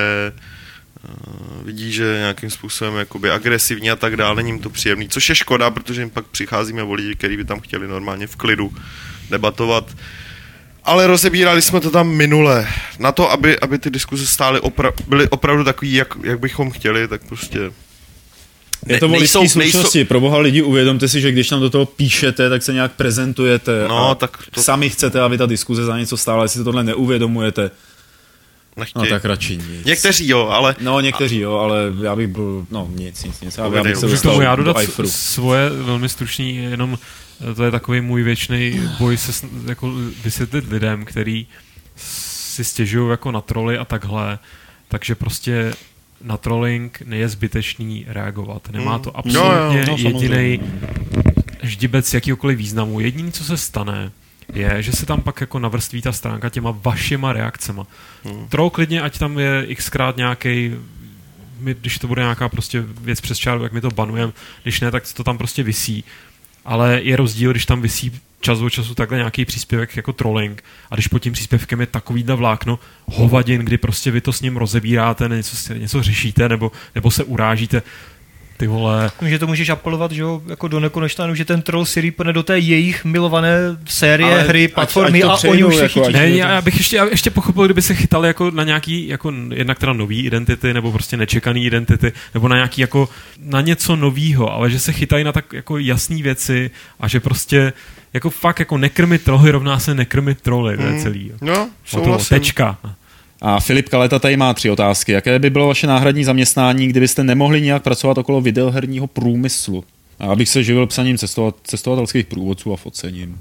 S1: vidí, že nějakým způsobem jakoby agresivní a tak dále, není jim to příjemný, což je škoda, protože jim pak přicházíme o lidi, kteří by tam chtěli normálně v klidu debatovat. Ale rozebírali jsme to tam minule. Na to, aby ty diskuze byly opravdu takový, jak bychom chtěli, tak prostě...
S2: Je to o lidský slušnosti. Pro boha lidi, uvědomte si, že když tam do toho píšete, tak se nějak prezentujete.
S1: No, tak to...
S2: Sami chcete, aby ta diskuze za něco stála, jestli tohle neuvědomujete.
S1: Nechtějí.
S2: No tak radši nic.
S1: Někteří jo, ale...
S2: No, někteří jo, ale já bych byl... No, nic. Já bych se
S3: dostal já dodat svoje velmi stručný, jenom to je takový můj věčný boj se jako vysvětlit lidem, který si stěžují jako na troly a takhle, takže prostě na trolling je zbytečný reagovat. Nemá to absolutně jedinej ždibec jakýkoliv významu. Jediné, co se stane, je, že se tam pak jako navrství ta stránka těma vašima reakcema. Troll klidně, ať tam je xkrát nějaký, když to bude nějaká prostě věc přes čáru, jak my to banujeme, když ne, tak to tam prostě visí. Ale je rozdíl, když tam visí čas od času takhle nějaký příspěvek jako trolling, a když pod tím příspěvkem je takovýhle vlákno hovadin, kdy prostě vy to s ním rozebíráte, něco řešíte nebo se urážíte, ty vole.
S4: Že to můžeš apelovat, že jo, jako do nekonečna, že ten troll si rýpne do té jejich milované série, ale hry, platformy a oni už se chytí.
S3: Ne, já bych ještě pochopil, kdyby se chytali jako na nějaký, jako jednak teda nový identity, nebo prostě nečekaný identity, nebo na nějaký jako, na něco novýho, ale že se chytají na tak jako jasný věci a že prostě jako fakt jako nekrmit troly rovná se nekrmit troly, to je celý.
S1: No, souhlasím.
S3: Tečka.
S2: A Filip Kaleta tady má 3 otázky. Jaké by bylo vaše náhradní zaměstnání, kdybyste nemohli nějak pracovat okolo videoherního průmyslu? A abych se živil psaním cestovatelských průvodců a focením.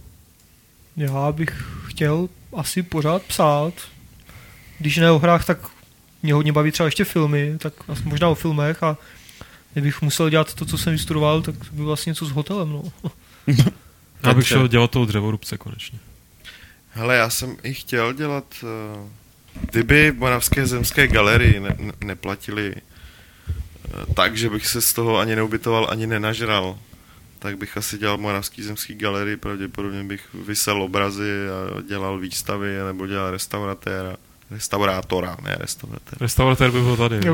S4: Já bych chtěl asi pořád psát. Když ne o hrách, tak mě hodně baví třeba ještě filmy, tak možná o filmech a kdybych musel dělat to, co jsem vystudoval, tak by vlastně něco s hotelem, no.
S3: Já bych šel dělat toho dřevorubce konečně.
S1: Hele, já jsem i chtěl dělat, kdyby Moravské zemské galerii neplatili tak, že bych se z toho ani neubytoval, ani nenažral, tak bych asi dělal Moravský zemský galerii, pravděpodobně bych vysel obrazy a dělal výstavy, nebo dělal restaurátora, ne restauratér.
S3: Restauratér by byl tady.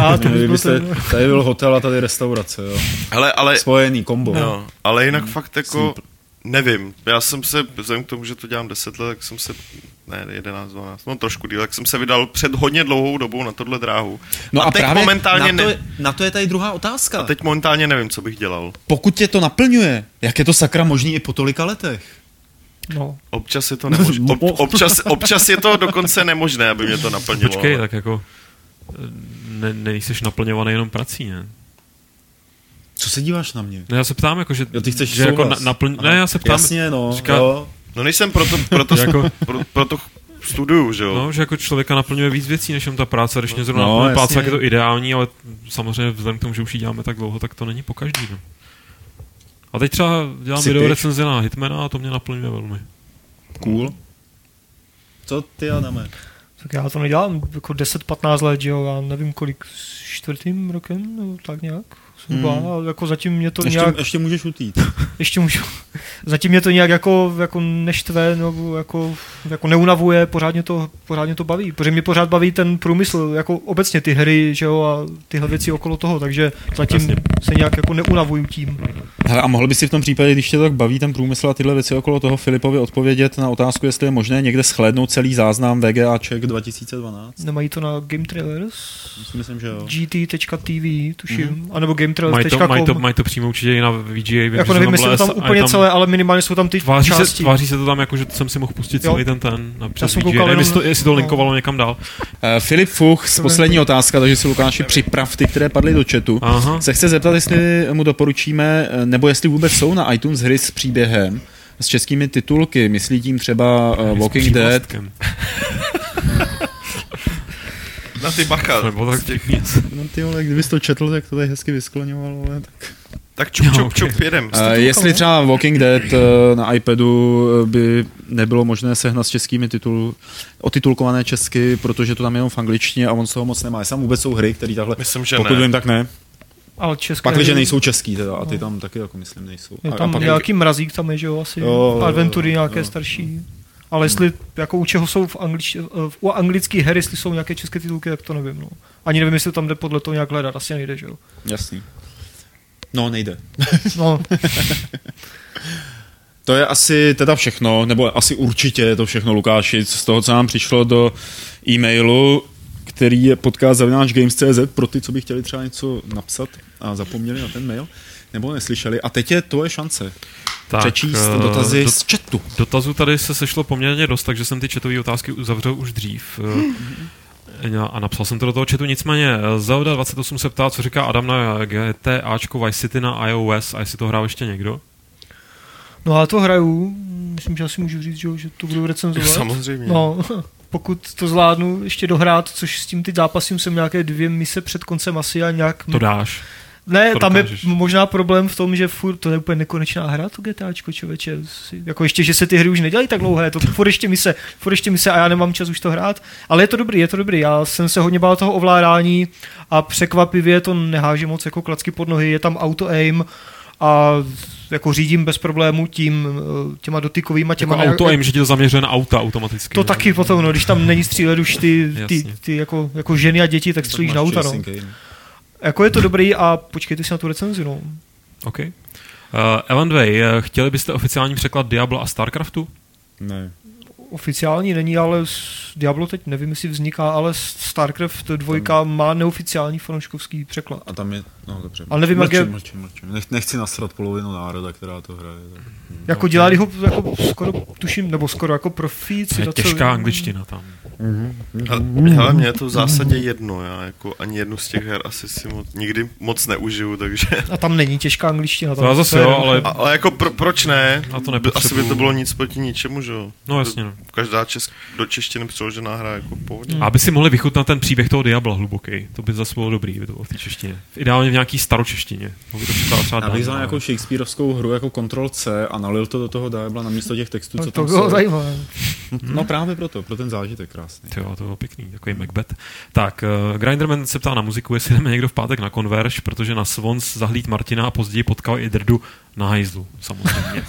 S2: Tady byl hotel a tady restaurace, jo.
S1: Ale
S2: spojený kombo.
S1: No, ale jinak fakt jako nevím. Já jsem se, vzhledem k tomu, že to dělám 10 let, tak jsem se, ne 11, 12, no trošku díl, tak jsem se vydal před hodně dlouhou dobou na tohle dráhu.
S2: No a
S1: teď
S2: právě
S1: momentálně
S2: na to je tady druhá otázka.
S1: A teď momentálně nevím, co bych dělal.
S2: Pokud tě to naplňuje, jak je to sakra možný i po tolika letech?
S4: No.
S1: Občas je to nemožné. Občas je to dokonce nemožné, aby mě to naplnilo.
S3: Počkej, tak jako nejseš naplňovaný jenom prací, ne?
S2: Co se díváš na mě?
S3: No já se ptám, jako, že...
S2: Jo, ty chceš
S3: že jako ne, já se ptám...
S2: Jasně, no.
S3: Říká,
S2: jo.
S1: No nejsem proto studuju, že jo?
S3: No, že jako člověka naplňuje víc věcí, než jen ta práce. Když mě zrovna naplňuje práce, tak je to ideální, ale samozřejmě vzhledem k tomu, že už ji děláme tak dlouho, tak to není po každý. No. A teď třeba dělám video recenze na Hitmana a to mě naplňuje velmi.
S2: Cool. Co ty, Adame?
S4: Tak já to nedělám jako 10-15 let, že jo, já nevím kolik, 4. rokem, nebo tak nějak. Jako zatím mě to nějak...
S2: Ještě můžeš utít.
S4: Ještě můžu. Zatím mě to nějak jako neštve, nebo jako neunavuje, pořádně to baví. Protože mě pořád baví ten průmysl, jako obecně ty hry, že jo, a tyhle věci okolo toho, takže zatím se nějak jako neunavuju tím.
S2: Hele, a mohl by si v tom případě, když tě tak baví ten průmysl a tyhle věci okolo toho, Filipovi odpovědět na otázku, jestli je možné někde shlédnout celý záznam VGAček 2012?
S4: Nemají to na Game Trailers?
S2: Myslím, že jo.
S4: GT.tv, tuším, anebo GameTrailers.com.
S3: Mají to přímo určitě i na VGA.
S4: Jako nevím, jestli to tam úplně celé, ale minimálně jsou tam ty části.
S3: Tváří se to tam jako, že jsem si mohl pustit celý ten přes VGA. Nevím, jestli to linkovalo někam dál.
S2: Filip Fuch, poslední otázka, takže si Lukáši připrav ty, které padly do chatu. Aha. Se chce zeptat, jestli mu doporučíme, nebo jestli vůbec jsou na iTunes hry s příběhem, s českými titulky. Myslí tím třeba Walking Dead.
S1: Na ty bacha.
S2: No ty vole, kdybys to četl, tak to tady hezky vyskloňoval, ale tak...
S1: Tak čup, jedem.
S2: Jestli třeba Walking Dead na iPadu by nebylo možné sehnat s českými otitulkované česky, protože to tam je jenom v angličtině a on z toho moc nemá. Sam vůbec jsou hry, které takhle,
S1: myslím, že
S2: pokud vím, tak ne.
S4: Ale
S2: pak, když nejsou český teda, a ty tam taky jako myslím nejsou.
S4: Je tam nějaký mrazík tam je, že jo, asi adventury nějaké starší. Ale jestli jako u čeho jsou u anglických her, jestli jsou nějaké české titulky, tak to nevím. No. Ani nevím, jestli tam jde podle toho nějak hledat, asi nejde, že jo.
S2: Jasný. No, nejde.
S4: No.
S2: To je asi teda všechno, nebo asi určitě je to všechno, Lukáši, z toho, co nám přišlo do e-mailu, který je podcast@games.cz pro ty, co by chtěli třeba něco napsat a zapomněli na ten mail, nebo neslyšeli. A teď je tvoje šance přečíst dotazy z chatu.
S3: Dotazů tady se sešlo poměrně dost, takže jsem ty chatové otázky uzavřel už dřív. A napsal jsem to do toho chatu, nicméně Zelda 28 se ptá, co říká Adam na GTAčko Vice City na iOS a jestli to hrál ještě někdo?
S4: No já to hraju, myslím, že asi můžu říct, že to budu recenzovat.
S1: Samozřejmě.
S4: No, pokud to zvládnu ještě dohrát, což s tím teď zápasím jsem nějaké 2 mise před koncem asi a nějak...
S3: To dáš.
S4: Ne, to tam dokážeš. Je možná problém v tom, že furt to je úplně nekonečná hra, to GTAčko, člověče. Jako ještě, že se ty hry už nedělají tak dlouhé, to furt ještě mise a já nemám čas už to hrát. Ale je to dobrý. Já jsem se hodně bál toho ovládání a překvapivě to neháže moc jako klacky pod nohy, je tam auto-aim a jako řídím bez problémů těma dotykovýma těma...
S3: Jako auto-aim, že ti to zaměřuje na auta automaticky.
S4: To ne? Taky potom, no, když tam není střílet už ty jako ženy a děti, tak střílíš na auta, no. Jako je to dobrý a počkejte si na tu recenzi, no.
S3: OK. Evan Way, chtěli byste oficiální překlad Diabla a Starcraftu?
S2: Ne.
S4: Oficiální není, ale Diablo teď nevím, jestli vzniká, ale StarCraft 2 má neoficiální fanouškovský překlad.
S2: A tam je, no dobře.
S4: Ale nevím, jak je...
S2: Mlčím. Nechci nasrat polovinu národa, která to hraje. Tak.
S4: Jako dělali ho jako skoro, tuším, nebo skoro jako profíci.
S3: Je těžká angličtina tam.
S1: Ale mě je to v zásadě jedno, já jako ani jednu z těch her asi si nikdy moc neužiju, takže...
S4: A tam není těžká angličtina. Tam
S3: to zase jo,
S1: ale jako proč ne?
S3: A to
S1: asi by to bylo nic proti ničemu, že jo?
S3: No jasně, no.
S1: Každá do češtiny přeložená hra jako pohodě.
S3: Aby si mohli vychutnat ten příběh toho Diabla hluboký, to by zase bylo dobrý, by to bylo v té češtině. Ideálně v nějaký staročeštině.
S2: Já bych vzal nějakou shakespearovskou hru jako Ctrl-C a nalil to do toho Diabla namísto těch textů, co tam jsou.
S4: To bylo zajímavé.
S2: No právě pro ten zážitek krásný.
S3: Jo, to bylo pěkný, takový Macbeth. Tak, Grinderman se ptá na muziku, jestli jdeme někdo v pátek na Converge, protože na Swans zahlíd Martina a později potkal i Drdu na hajzlu, samozřejmě.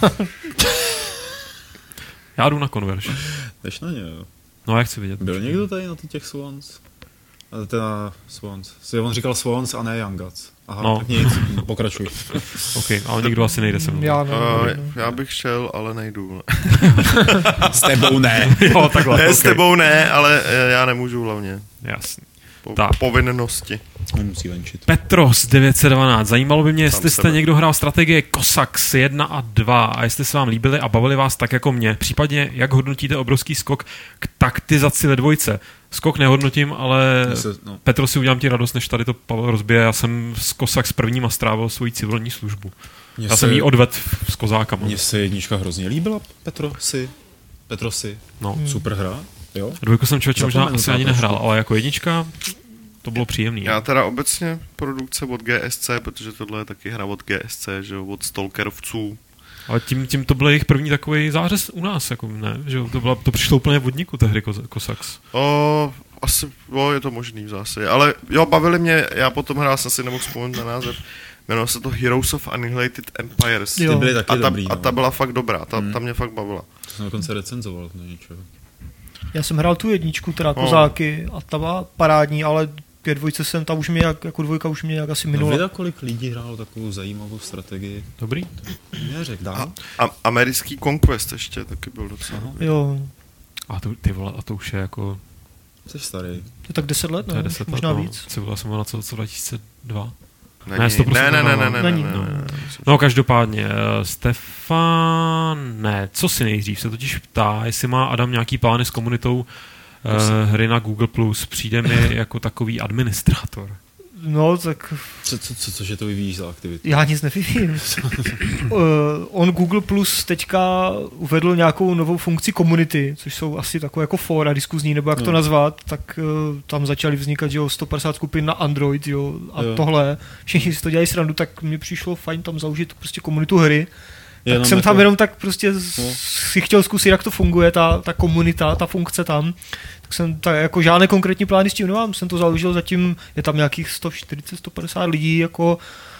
S3: Já jdu na Converge.
S2: Jdeš na ně, jo.
S3: No, jak chci vidět.
S2: Byl někdo tady na těch Swans? Teda Swans. On říkal Swans a ne Young Gods. Aha,
S3: no.
S2: Tak nic, pokračuj.
S3: OK, ale nikdo asi nejde se mnou.
S1: Já bych šel, ale nejdu.
S2: S tebou ne.
S3: Jo, takhle.
S1: Ne,
S3: okay.
S1: S tebou ne, ale já nemůžu hlavně.
S3: Jasný.
S1: Povinnosti.
S2: Musí venčit.
S3: Petros 912. Zajímalo by mě, jestli jste někdo hrál strategie Cossacks 1 a 2 a jestli se vám líbily a bavili vás tak jako mě. Případně, jak hodnotíte obrovský skok k taktizaci ve dvojce. Skok nehodnotím, ale Petro, si udělám ti radost, než tady to Pavel rozbije. Já jsem z Cossacks prvním a strávil svoji civilní službu. Já jsem jí odvedl s kozákama.
S2: Mně se jednička hrozně líbila, Petrosi.
S3: No.
S2: Super hra. Jo?
S3: Dvojku jsem člověče možná asi ani nehrál, ale jako jednička to bylo příjemný.
S1: Já teda obecně produkce od GSC, protože tohle je taky hra od GSC, že jo, od Stalkerovců.
S3: Ale tím to byl jejich první takový zářez u nás, jako ne, že jo, to přišlo úplně vodníku tehdy Cossacks.
S1: Asi, je to možný v zásadě, ale jo, bavili mě, já potom hrál, jsem si nemohl vzpomenout na název, jmenovalo se to Heroes of Annihilated Empires.
S2: Ty byly taky dobrý,
S1: a ta byla fakt dobrá, ta mě fakt bavila.
S2: To jsem dokonce recenzoval na něčeho.
S4: Já jsem hrál tu jedničku, teda Kozáky, a ta byla parádní, ale ke dvojce jsem, ta už mě jako dvojka už mě nějak asi minula.
S2: No vida, kolik lidí hrálo takovou zajímavou strategii.
S3: Dobrý.
S2: Neřek, dál.
S1: A americký Conquest ještě taky byl docela.
S4: Jo.
S3: A ty vole, a to už je jako...
S2: Jsi starý.
S4: To je tak 10 let, ne?
S3: 10
S4: možná
S3: let,
S4: víc.
S3: Civila jsem byl na co 2002.
S1: Ne.
S3: No každopádně, Stefane, co si nejdřív se totiž ptá, jestli má Adam nějaký plány s komunitou hry na Google+, přijde mi jako takový administrátor.
S4: No, tak...
S2: Cože to vyvíjíš za aktivitu?
S4: Já nic nevyvíjím. On Google Plus teďka uvedl nějakou novou funkci komunity, což jsou asi takové jako fóra diskuzní, nebo jak to nazvat, tak tam začaly vznikat, že jo, 150 skupin na Android, jo, a tohle. Všichni si to dělají srandu, tak mně přišlo fajn tam založit prostě komunitu hry. Tak jsem tam jenom tak prostě si chtěl zkusit, jak to funguje, ta komunita, ta funkce tam. Tak jsem jako žádné konkrétní plány s tím nemám, jsem to založil, zatím je tam nějakých 140-150 lidí, jako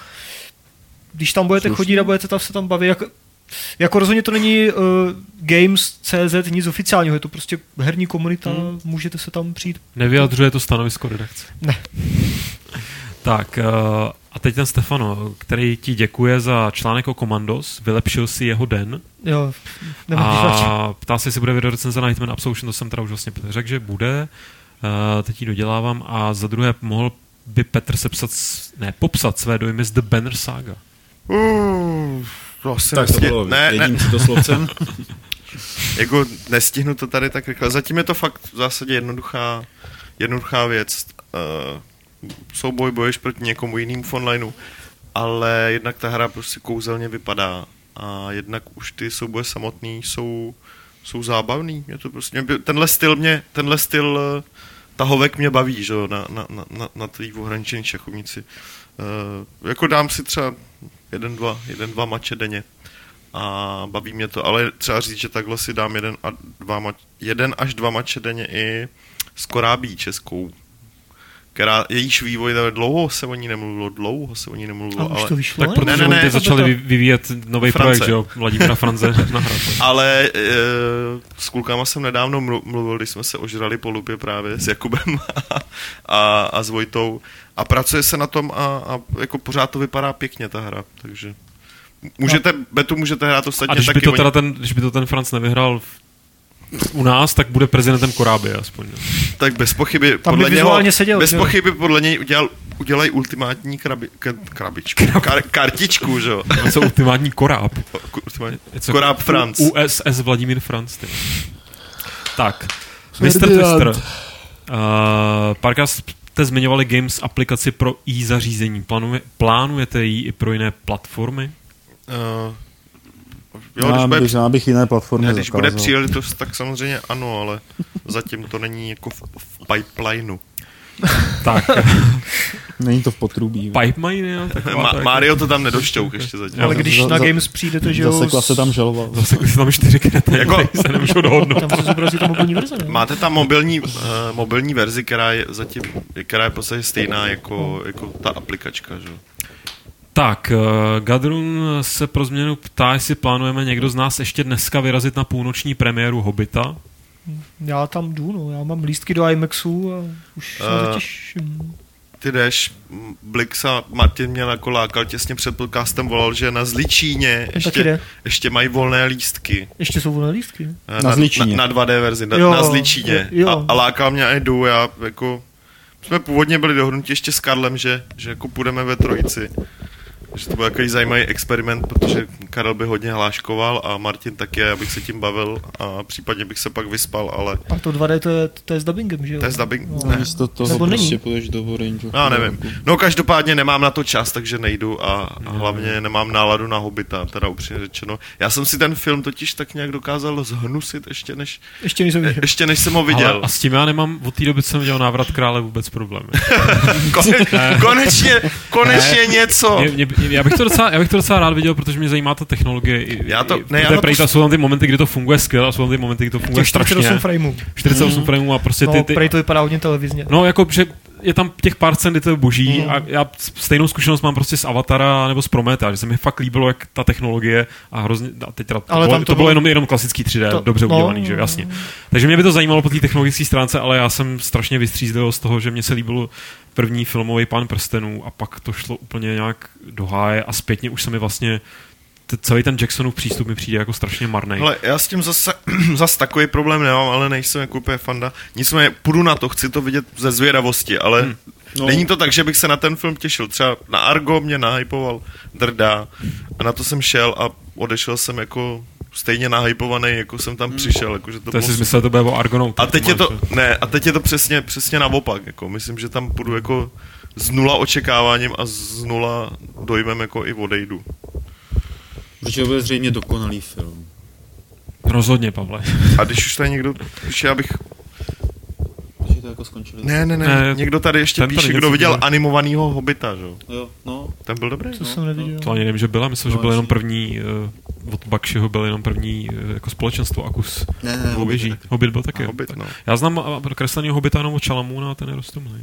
S4: když tam budete chodit a budete tam se tam bavit, jako rozhodně to není Games.cz, nic oficiálního, je to prostě herní komunita, můžete se tam přijít.
S3: Nevyjadřuje to stanovisko redakce.
S4: Ne.
S3: Tak, a teď ten Stefano, který ti děkuje za článek o Commandos, vylepšil si jeho den.
S4: Jo,
S3: a ptá se, jestli bude videorecenze na Hitman Absolution, to jsem teda už vlastně řekl, že bude. Teď ji dodělávám. A za druhé, mohl by Petr popsat své dojmy z The Banner Saga.
S1: To asi
S2: tak to bylo jedním citoslovcem.
S1: Jako nestihnu to tady tak rychle. Zatím je to fakt v zásadě jednoduchá věc. Souboj bojuješ proti někomu jinému v onlineu, ale jednak ta hra prostě kouzelně vypadá a jednak už ty souboje samotný jsou zábavný. Je to prostě, tenhle styl tahovek mě baví, že na tvý ohraničený šachovnici. Jako dám si třeba jeden, dva mače denně a baví mě to, ale třeba říct, že takhle si dám jeden až dva mače denně i s Korábí českou. jejíž vývoj, dlouho se o ní nemluvilo,
S4: A už
S1: ale...
S4: to vyšlo?
S3: Tak protože
S1: Ne,
S3: teď začali vyvíjet nový projekt, že jo, Vladimíra Franze nahrát.
S1: Ale s klukama jsem nedávno mluvil, když jsme se ožrali po lupě právě s Jakubem a s Vojtou a pracuje se na tom a jako pořád to vypadá pěkně ta hra, takže můžete hrát ostatně
S3: a když
S1: taky.
S3: když by to ten Franz nevyhrál u nás, tak bude prezidentem Koráby aspoň. Ne?
S1: Tak bez pochyby
S4: Tam by vizuálně seděl.
S1: Bez pochyby podle něj udělají ultimátní kartičku, že jo?
S3: Co ultimátní Koráb?
S1: Koráb Franz.
S3: USS Vladimír Franz. Tak, Mr. Twister. Párkrát jste zmiňovali Games aplikaci pro zařízení. Plánujete ji i pro jiné platformy?
S2: Já bych jiné platformy
S1: když bude příležitost, tak samozřejmě ano, ale zatím to není jako v pipelineu.
S3: Tak.
S2: Není to v potrubí.
S3: Pipeline, jo?
S1: Mario to tam nedošťouk ještě zatím.
S4: Ale když na Games přijdete, že jo...
S2: Zasekla se tam žaloba.
S3: Zasekli se tam 4 krety, jako se nemůžou dohodnout.
S4: Tam se zobrazí ta mobilní verze, ne?
S1: Máte tam mobilní verzi, která je v podstatě stejná jako ta aplikačka, že jo?
S3: Tak, Gadrun se pro změnu ptá, jestli plánujeme někdo z nás ještě dneska vyrazit na půlnoční premiéru Hobita.
S4: Já tam jdu, no. Já mám lístky do IMAXu a už se těším.
S1: Ty jdeš, Blix a Martin mě jako lákal těsně před podcastem, volal, že na Zličíně ještě mají volné lístky.
S4: Ještě jsou volné lístky?
S2: Na Zličíně.
S1: Na 2D verzi, na Zličíně. A lákal mě a jdu, já jako... Jsme původně byli dohodnutí ještě s Karlem, že jako půjdeme ve trojici. Že to byl takový zajímavý experiment, protože Karel by hodně hláškoval a Martin taky, abych se tím bavil a případně bych se pak vyspal, ale...
S4: A to 2D to je s dubbingem, že jo?
S1: To je s dubbing,
S2: no, ne. Místo toho prostě půjdeš do Orange.
S1: Já nevím. No každopádně nemám na to čas, takže nejdu a hlavně nemám náladu na Hobita, teda upřímně řečeno. Já jsem si ten film totiž tak nějak dokázal zhnusit ještě než jsem ho viděl.
S3: Ale a s tím já nemám, od té doby jsem dělal Návrat krále vůbec problém.
S1: konečně něco!
S3: Já bych to docela rád viděl, protože mě zajímá ta technologie. Jsou tam ty momenty, kdy to funguje skvěle a jsou tam ty momenty, kdy to funguje strašně.
S4: 48 frameů.
S3: 48 frameů a prostě ty...
S4: prej to vypadá hodně televizně.
S3: No, jako, že je tam těch pár cent, kdy to je boží a já stejnou zkušenost mám prostě z Avatara nebo z Prometa, že se mi fakt líbilo, jak ta technologie a hrozně... A teď to bylo jenom klasický 3D, dobře udělaný, že jasně. Takže mě by to zajímalo po té technologické stránce, ale já jsem strašně vystřízlil z toho, že mě se líbilo první filmový Pán prstenů a pak to šlo úplně nějak do háje a zpětně už se mi vlastně celý ten Jacksonův přístup mi přijde jako strašně marnej.
S1: Ale já s tím zase takový problém nemám, ale nejsem jako úplně fanda. Nicméně půjdu na to, chci to vidět ze zvědavosti, ale není to tak, že bych se na ten film těšil. Třeba na Argo mě nahypoval Drda a na to jsem šel a odešel jsem jako stejně nahypovaný, jako jsem tam přišel. Jako, že
S3: to si myslel, to bude o Argonaut.
S1: A teď je to přesně naopak. Jako. Myslím, že tam půjdu jako s 0 očekáváním a s 0 dojmem jako i odejdu.
S2: Protože to bude zřejmě dokonalý film.
S3: Rozhodně, Pavle.
S1: A když už tady někdo píše, abych...
S2: Že to jako skončili.
S1: Ne, někdo tady ještě píše, kdo viděl animovanýho Hobita, že?
S2: Jo, no.
S1: Ten byl dobrý?
S4: To jsem neviděl.
S3: To ani nevím, že byla, myslím, že byl jenom první, od Bakshiho byl jenom první jako společenstvo Akus.
S2: Ne,
S3: Hobbit byl taky.
S1: Hobbit, no.
S3: Já znám kresleného Hobita jenom od Chalamuna a ten je roztomilý.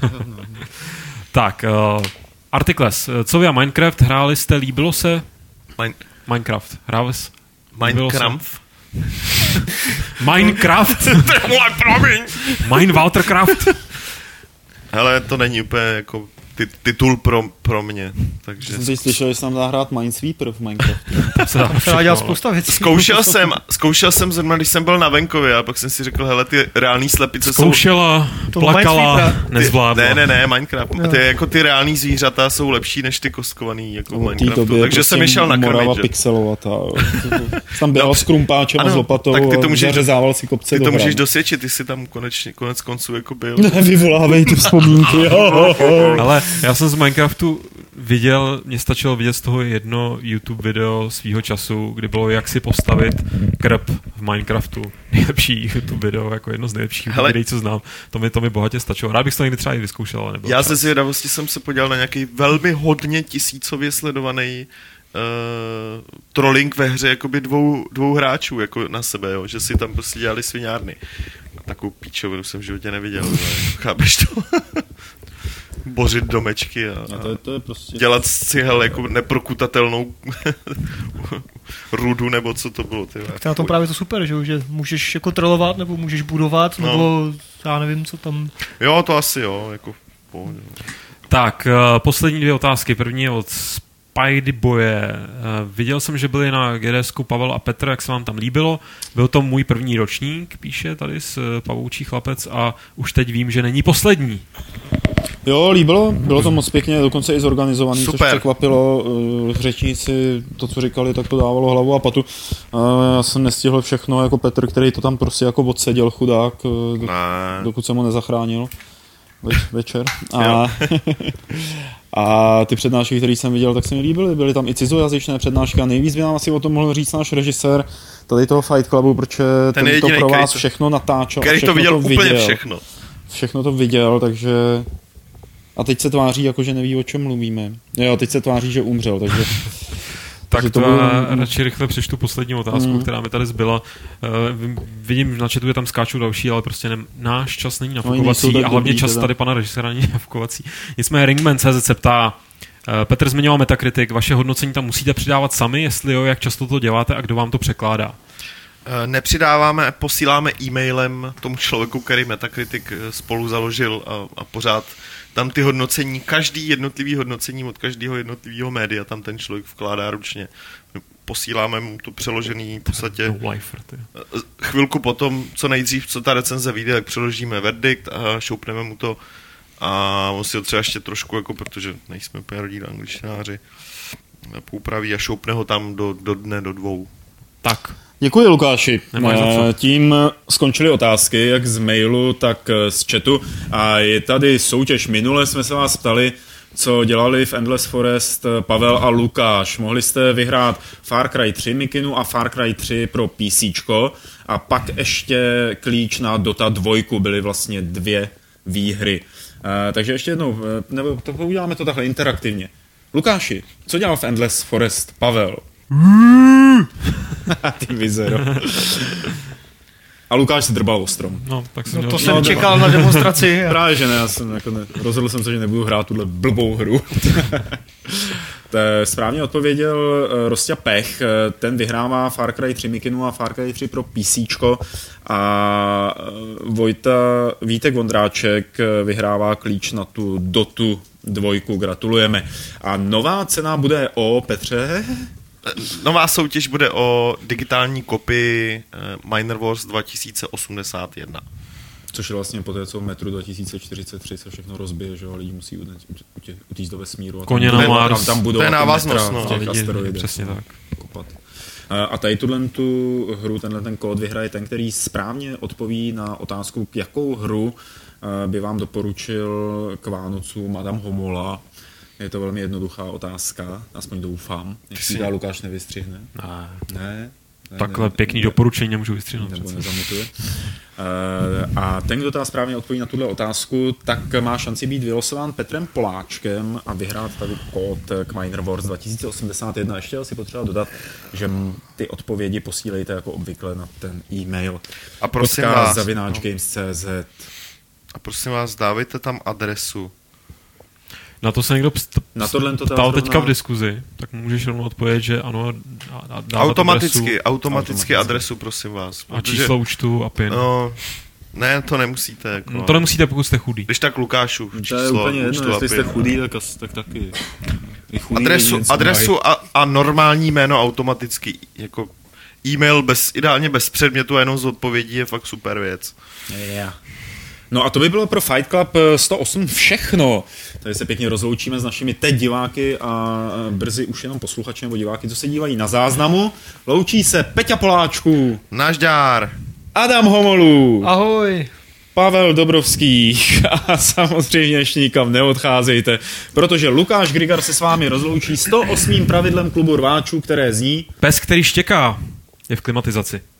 S3: Tak, Artikles, co vy a Minecraft hráli jste, líbilo se? Minecraft, hráli jste?
S1: Minecraft?
S3: Minecraft? Waltercraft?
S1: Hele, to není úplně jako titul pro mě. Takže...
S2: Jsem teď slyšel, že se tam dá hrát Minesweeper v Minecraftu.
S4: To se dělá spousta věcí.
S1: Zkoušel jsem zrovna, když jsem byl na venkově a pak jsem si řekl, hele, ty reální slepice
S3: Zkoušela, plakala, nezvládla.
S1: Ne, Minecraft. Ty reální zvířata jsou lepší než ty kostkovaný jako v Minecraftu. Takže jsem je šel nakrmit.
S2: Morava pixelovatá. Tam byl s krumpáčem a s lopatou a zařezával si kopce do
S1: Ty to můžeš dosvědčit, ty jsi tam konec konců jako byl.
S2: Nevyvolávej ty vzpomínky.
S3: Ale já jsem z Minecraftu viděl, mně stačilo vidět z toho jedno YouTube video svýho času, kdy bylo, jak si postavit krb v Minecraftu. Nejlepší YouTube video, jako jedno z nejlepších videí, co znám. To mi bohatě stačilo. Rád bych to někdy třeba i vyzkoušel, ale nebyl
S1: Já
S3: čas.
S1: ze zvědavosti jsem se podíval na nějaký velmi hodně tisícově sledovaný trolling ve hře jakoby dvou hráčů jako na sebe, jo? Že si tam prostě dělali sviňárny. Takovou píčovinu jsem v životě neviděl, chápeš to? bořit domečky a
S2: to je prostě...
S1: dělat z cihel jako neprokutatelnou rudu, nebo co to bylo.
S4: Tak na tom právě to super, že můžeš jako trolovat, nebo můžeš budovat, nebo já nevím, co tam...
S1: Jo, to asi jo, jako pohodě.
S3: Tak, poslední 2 otázky. První je od Spidey Boye. Viděl jsem, že byli na GDSku Pavel a Petr, jak se vám tam líbilo. Byl to můj první ročník, píše tady z Pavoučí chlapec, a už teď vím, že není poslední.
S2: Jo, líbilo, bylo to moc pěkně, dokonce i zorganizovaný,
S1: Super.
S2: což překvapilo. Řečníci, to, co říkali, tak to dávalo hlavu a patu. Já jsem nestihl všechno, jako Petr, který to tam prostě jako odseděl, chudák, dokud jsem ho nezachránil večer. A ty přednášky, které jsem viděl, tak se mi líbily. Byly tam i cizojazyčné přednášky a nejvíc by nám asi o tom mohl říct náš režisér tady toho Fight Clubu, protože ten to pro vás všechno natáčel.
S1: Který to viděl úplně všechno.
S2: Všechno to viděl, takže... A teď se tváří, jako že neví, o čem mluvíme. Jo, teď se tváří, že umřel, takže...
S3: Tak to radši rychle přečtu poslední otázku, která mi tady zbyla. Vidím, na chatu je tam skáčou další, ale prostě náš čas není nafukovací a hlavně čas tady pana režiséra není nafukovací. Nicméně Ringman.cz se ptá, Petr zmiňoval Metacritic, vaše hodnocení tam musíte přidávat sami, jestli jo, jak často to děláte a kdo vám to překládá?
S1: Nepřidáváme, posíláme e-mailem tomu člověku, který Metacritic spolu založil a pořád tam ty hodnocení, každý jednotlivý hodnocení od každého jednotlivého média, tam ten člověk vkládá ručně. Posíláme mu to přeložený v podstatě chvilku potom, co nejdřív, co ta recenze vyjde, tak přeložíme verdikt a šoupneme mu to a on si ho třeba ještě trošku, jako, protože nejsme úplně rodí angličtináři, poupraví a šoupne ho tam do dne, do 2.
S3: Tak.
S2: Děkuji, Lukáši. Tím skončily otázky, jak z mailu, tak z chatu. A je tady soutěž. Minule jsme se vás ptali, co dělali v Endless Forest Pavel a Lukáš. Mohli jste vyhrát Far Cry 3 Mikinu a Far Cry 3 pro PCčko a pak ještě klíč na Dota 2. Byly vlastně 2 výhry. Takže ještě jednou, nebo to uděláme to takhle interaktivně. Lukáši, co dělal v Endless Forest Pavel? Ty vizero. A Lukáš se drbal o strom.
S3: No, tak
S4: to jsem čekal na demonstraci.
S2: Právě, že ne, já jsem jako rozhodl jsem se, že nebudu hrát tuhle blbou hru. Správně odpověděl Rostia Pech, ten vyhrává Far Cry 3 Mikinu a Far Cry 3 pro PCčko a Vítek Vondráček vyhrává klíč na tu Dotu 2, gratulujeme. A nová cena bude o, Petře?
S1: Nová soutěž bude o digitální kopii Miner Wars 2081.
S2: Což je vlastně po té, co v metru 2043 se všechno rozbije, že lidi musí utíct do vesmíru. A
S3: koně na Mars.
S2: Tam budou
S1: to je návaznost,
S3: přesně tak.
S2: Kopat. A tady tu hru, ten kód vyhraje ten, který správně odpoví na otázku, jakou hru by vám doporučil k Vánocům Adam Homola. Je to velmi jednoduchá otázka, aspoň doufám. Jestli dá Lukáš nevystřihne. Ne.
S3: Takhle pěkný doporučení nemůžu vystřihnout.
S2: Nebo nezamutuje. A ten, kdo ta správně odpoví na tuhle otázku, tak má šanci být vylosován Petrem Poláčkem a vyhrát tady kód k Miner Wars 2081. Ještě si potřeba dodat, že ty odpovědi posílejte jako obvykle na ten e-mail.
S1: A prosím vás,
S2: @games.cz.
S1: A prosím vás, dávejte tam adresu.
S3: Na to se někdo ptal teďka v diskuzi, tak můžeš rovnou odpovědět, že ano.
S1: Automaticky adresu, prosím vás.
S3: A číslo účtu a PIN.
S1: No, ne, to nemusíte. Jako,
S3: no, to nemusíte, pokud jste chudý.
S1: Když tak Lukášu, číslo,
S2: to je úplně jedno,
S1: účtu a PIN.
S2: Jestli jste chudý, tak taky.
S1: Adresu a normální jméno automaticky. Jako e-mail ideálně bez předmětu a jenom z odpovědí je fakt super věc.
S2: Yeah. No a to by bylo pro Fight Club 108 všechno. Tady se pěkně rozloučíme s našimi teď diváky a brzy už jenom posluchači nebo diváky, co se dívají na záznamu. Loučí se Peťa Poláčků.
S1: Nažďár.
S2: Adam Homolů.
S4: Ahoj.
S2: Pavel Dobrovský a samozřejmě ještě nikam neodcházejte, protože Lukáš Grigar se s vámi rozloučí 108. pravidlem klubu rváčů, které zní:
S3: Pes, který štěká, je v klimatizaci.